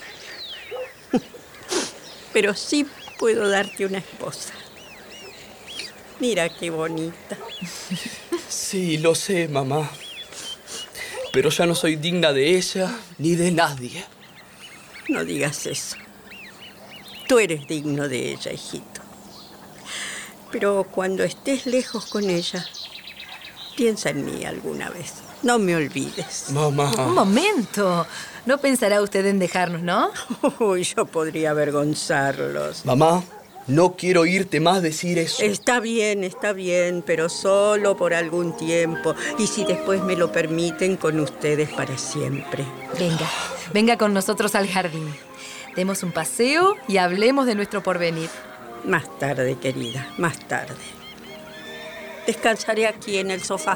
Pero sí puedo darte una esposa. Mira qué bonita. Sí, lo sé, mamá. Pero ya no soy digna de ella ni de nadie. No digas eso. Tú eres digno de ella, hijito. Pero cuando estés lejos con ella, piensa en mí alguna vez. No me olvides. Mamá. Un momento. No pensará usted en dejarnos, ¿no? Uy, yo podría avergonzarlos. Mamá, no quiero oírte más decir eso. Está bien, está bien, pero solo por algún tiempo. Y si después me lo permiten, con ustedes para siempre. Venga, venga con nosotros al jardín. Demos un paseo y hablemos de nuestro porvenir. Más tarde, querida, más tarde. Descansaré aquí en el sofá.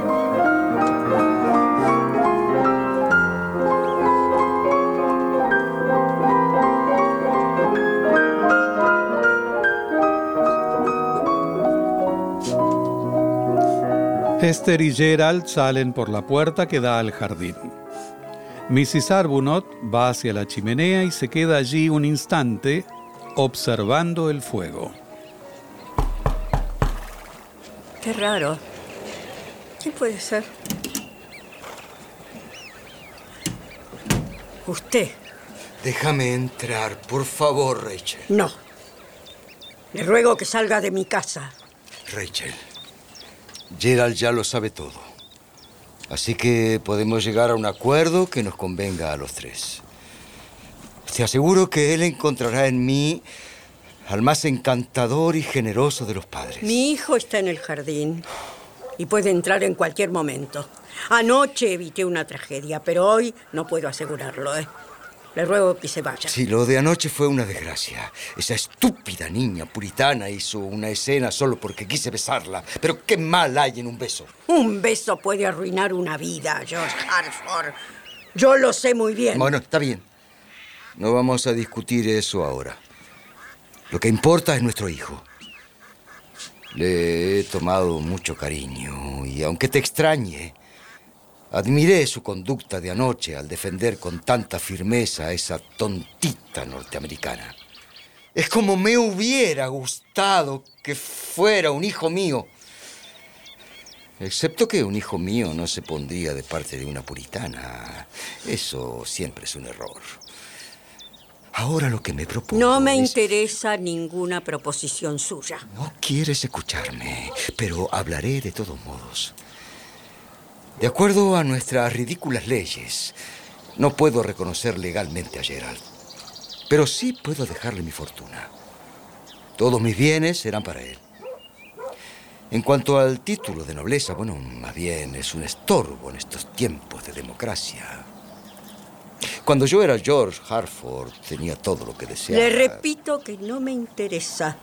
Esther y Gerald salen por la puerta que da al jardín. missus Arbuthnot va hacia la chimenea y se queda allí un instante observando el fuego. Qué raro. ¿Quién puede ser? Usted. Déjame entrar, por favor, Rachel. No. Le ruego que salga de mi casa. Rachel, Gerald ya lo sabe todo. Así que podemos llegar a un acuerdo que nos convenga a los tres. Te aseguro que él encontrará en mí al más encantador y generoso de los padres. Mi hijo está en el jardín y puede entrar en cualquier momento. Anoche evité una tragedia, pero hoy no puedo asegurarlo, ¿eh? Le ruego que se vaya. Sí, lo de anoche fue una desgracia. Esa estúpida niña puritana hizo una escena solo porque quise besarla. Pero qué mal hay en un beso. Un beso puede arruinar una vida, George Harford. Yo lo sé muy bien. Bueno, está bien. No vamos a discutir eso ahora. Lo que importa es nuestro hijo. Le he tomado mucho cariño y aunque te extrañe, admiré su conducta de anoche al defender con tanta firmeza a esa tontita norteamericana. Es como me hubiera gustado que fuera un hijo mío. Excepto que un hijo mío no se pondría de parte de una puritana. Eso siempre es un error. Ahora lo que me propongo No me es... interesa ninguna proposición suya. No quieres escucharme, pero hablaré de todos modos. De acuerdo a nuestras ridículas leyes, no puedo reconocer legalmente a Gerald, pero sí puedo dejarle mi fortuna. Todos mis bienes serán para él. En cuanto al título de nobleza, bueno, más bien es un estorbo en estos tiempos de democracia. Cuando yo era George Harford, tenía todo lo que deseaba. Le repito que no me interesa.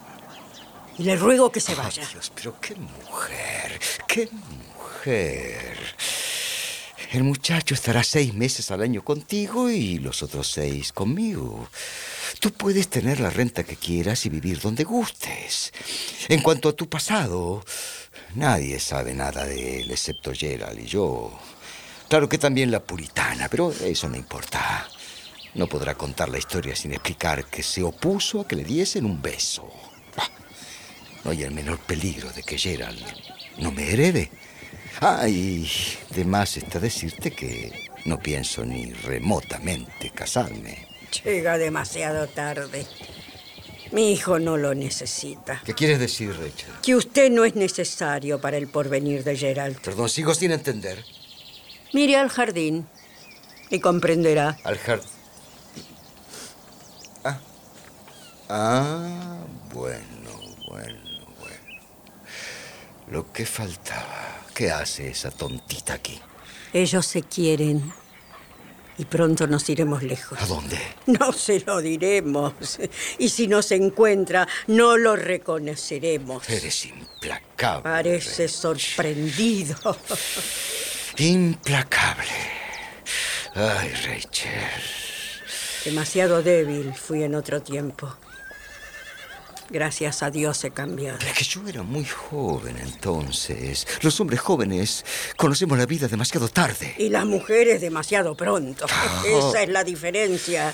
Y le ruego que se vaya. Oh, Dios, pero qué mujer, qué mujer. El muchacho estará seis meses al año contigo y los otros seis conmigo. Tú puedes tener la renta que quieras y vivir donde gustes. En cuanto a tu pasado, nadie sabe nada de él excepto Gerald y yo. Claro que también la puritana, pero eso no importa. No podrá contar la historia sin explicar que se opuso a que le diesen un beso. No hay el menor peligro de que Gerald no me herede. Ah, y de más está decirte que no pienso ni remotamente casarme. Llega demasiado tarde. Mi hijo no lo necesita. ¿Qué quieres decir, Rachel? Que usted no es necesario para el porvenir de Gerald. Perdón, sigo sin entender. Mire al jardín y comprenderá. Al jardín. Ah. Ah, bueno, bueno, bueno. Lo que faltaba. ¿Qué hace esa tontita aquí? Ellos se quieren y pronto nos iremos lejos. ¿A dónde? No se lo diremos. Y si nos encuentra, no lo reconoceremos. Eres implacable. Parece sorprendido. Implacable. Ay, Rachel. Demasiado débil fui en otro tiempo. Gracias a Dios he cambiado. Es que yo era muy joven entonces. Los hombres jóvenes conocemos la vida demasiado tarde. Y las mujeres demasiado pronto. Oh. Esa es la diferencia.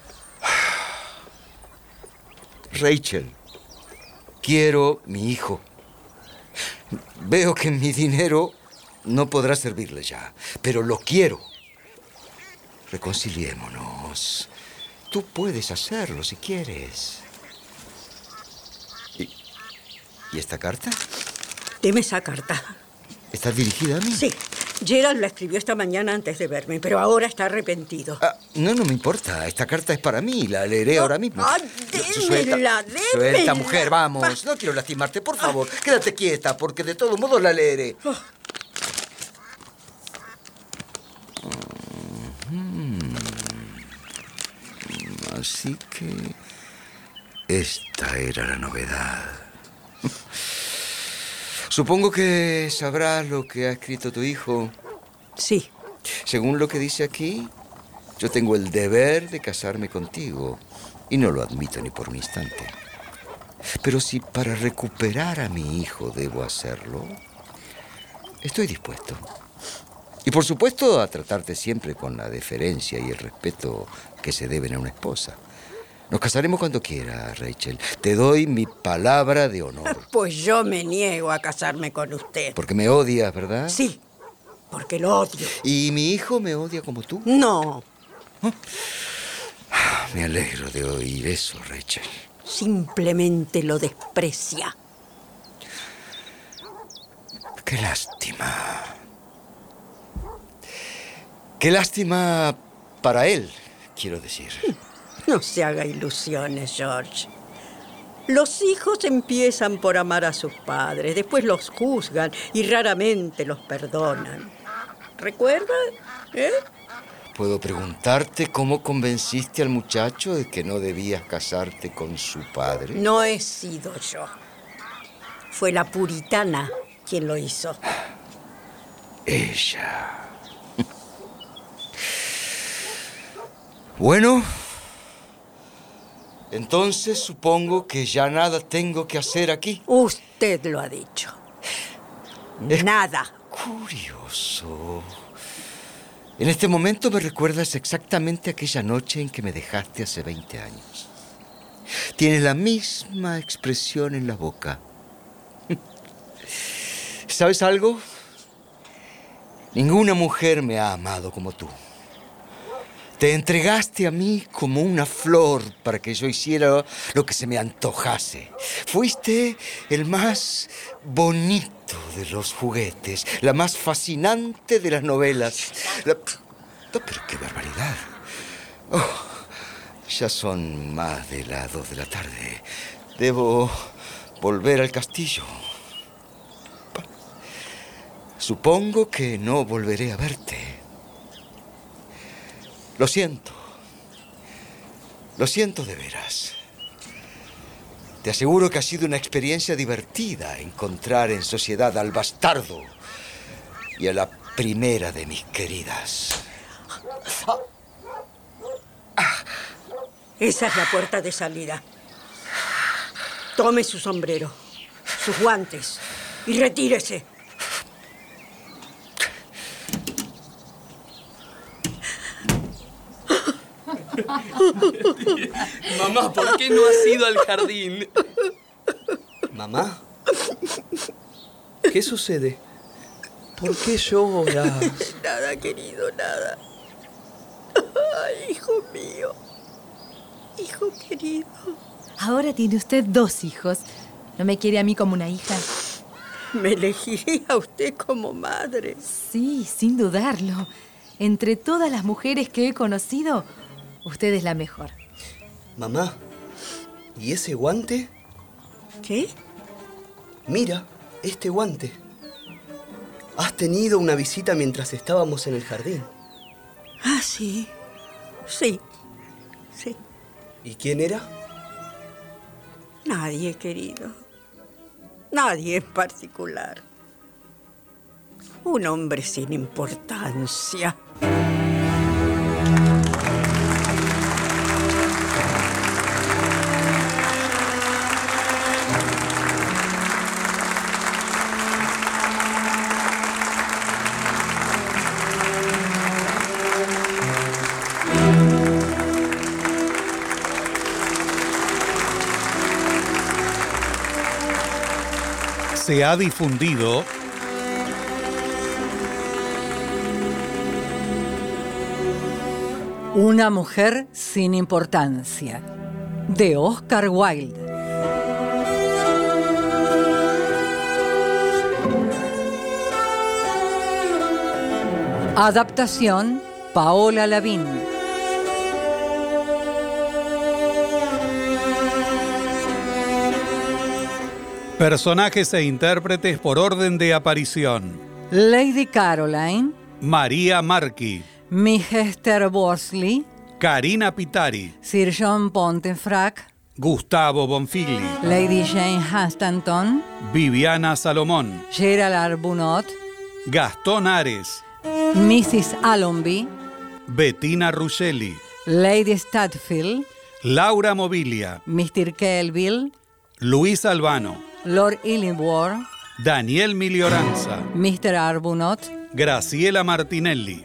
Rachel, quiero mi hijo. Veo que mi dinero no podrá servirle ya, pero lo quiero. Reconciliémonos. Tú puedes hacerlo si quieres. ¿Y, ¿y esta carta? Deme esa carta. ¿Está dirigida a mí? Sí. Gerald la escribió esta mañana antes de verme, pero ahora está arrepentido. Ah, no, no me importa. Esta carta es para mí. La leeré no, ahora mismo. ¡Ah, démela, démela! Suelta, mujer, vamos. No quiero lastimarte, por favor. Ah. Quédate quieta, porque de todos modos la leeré. Oh. Así que esta era la novedad. Supongo que sabrás lo que ha escrito tu hijo. Sí. Según lo que dice aquí, yo tengo el deber de casarme contigo. Y no lo admito ni por un instante. Pero si para recuperar a mi hijo debo hacerlo, estoy dispuesto. Y por supuesto a tratarte siempre con la deferencia y el respeto que se deben a una esposa. Nos casaremos cuando quieras, Rachel. Te doy mi palabra de honor. Pues yo me niego a casarme con usted. Porque me odias, ¿verdad? Sí, porque lo odio. ¿Y mi hijo me odia como tú? No. ¿Oh? Me alegro de oír eso, Rachel. Simplemente lo desprecia. Qué lástima. Qué lástima para él, quiero decir. No se haga ilusiones, George. Los hijos empiezan por amar a sus padres, después los juzgan y raramente los perdonan. ¿Recuerda? ¿Eh? ¿Puedo preguntarte cómo convenciste al muchacho de que no debías casarte con su padre? No he sido yo. Fue la puritana quien lo hizo. Ella. Bueno, entonces supongo que ya nada tengo que hacer aquí. Usted lo ha dicho. Es nada. Curioso. En este momento me recuerdas exactamente aquella noche en que me dejaste hace veinte años. Tienes la misma expresión en la boca. ¿Sabes algo? Ninguna mujer me ha amado como tú. Te entregaste a mí como una flor para que yo hiciera lo que se me antojase. Fuiste el más bonito de los juguetes, la más fascinante de las novelas. La... No, pero qué barbaridad. Oh, ya son más de las dos de la tarde. Debo volver al castillo. Supongo que no volveré a verte. Lo siento. Lo siento de veras. Te aseguro que ha sido una experiencia divertida encontrar en sociedad al bastardo y a la primera de mis queridas. Esa es la puerta de salida. Tome su sombrero, sus guantes y retírese. Mamá, ¿por qué no has ido al jardín? Mamá, ¿qué sucede? ¿Por qué lloras? Nada, querido, nada. Ay, hijo mío. Hijo querido. Ahora tiene usted dos hijos. ¿No me quiere a mí como una hija? ¿Me elegiría a usted como madre? Sí, sin dudarlo. Entre todas las mujeres que he conocido, usted es la mejor. Mamá, ¿y ese guante? ¿Qué? Mira, este guante. Has tenido una visita mientras estábamos en el jardín. Ah, sí. Sí. Sí. ¿Y quién era? Nadie, querido. Nadie en particular. Un hombre sin importancia. Se ha difundido Una mujer sin importancia, de Oscar Wilde. Adaptación, Paola Lavín. Personajes e intérpretes por orden de aparición. Lady Caroline. María Marquis. Miss Esther Bosley. Karina Pitari. Sir John Pontefract. Gustavo Bonfigli. Lady Jane Hunstanton. Viviana Salomón. Gerald Arbuthnot. Gastón Ares. missus Allonby. Bettina Ruscelli. Lady Stadfield. Laura Mobilia. mister Kelville. Luis Albano. Lord Illingworth. Daniel Milioranza. mister Arbuthnot. Graciela Martinelli.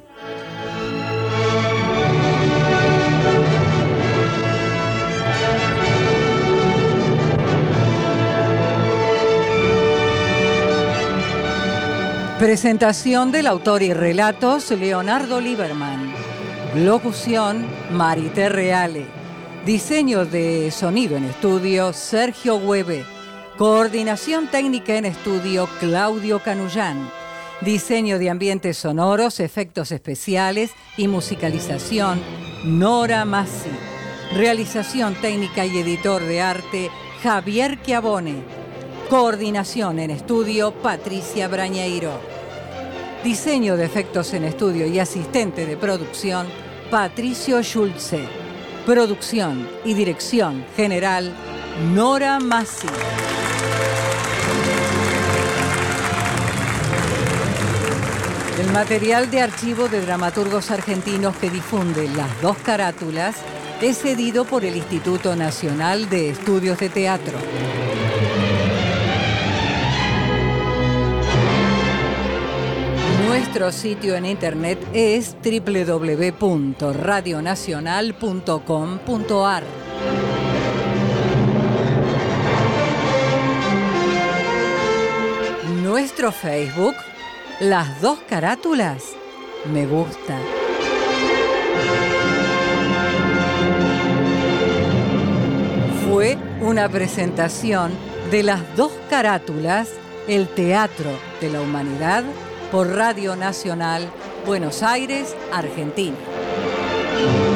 Presentación del autor y relatos Leonardo Lieberman. Locución Marité Reale. Diseño de sonido en estudio Sergio Hueve. Coordinación técnica en estudio Claudio Canullán. Diseño de ambientes sonoros, efectos especiales y musicalización Nora Massi. Realización técnica y editor de arte Javier Chiavone. Coordinación en estudio Patricia Brañeiro. Diseño de efectos en estudio y asistente de producción Patricio Schulze. Producción y dirección general Nora Massi. El material de archivo de dramaturgos argentinos que difunde Las Dos Carátulas es cedido por el Instituto Nacional de Estudios de Teatro. Nuestro sitio en internet es doble u doble u doble u punto radio nacional punto com punto a r. Nuestro Facebook, Las Dos Carátulas, me gusta. Fue una presentación de Las Dos Carátulas, el teatro de la humanidad, por Radio Nacional, Buenos Aires, Argentina.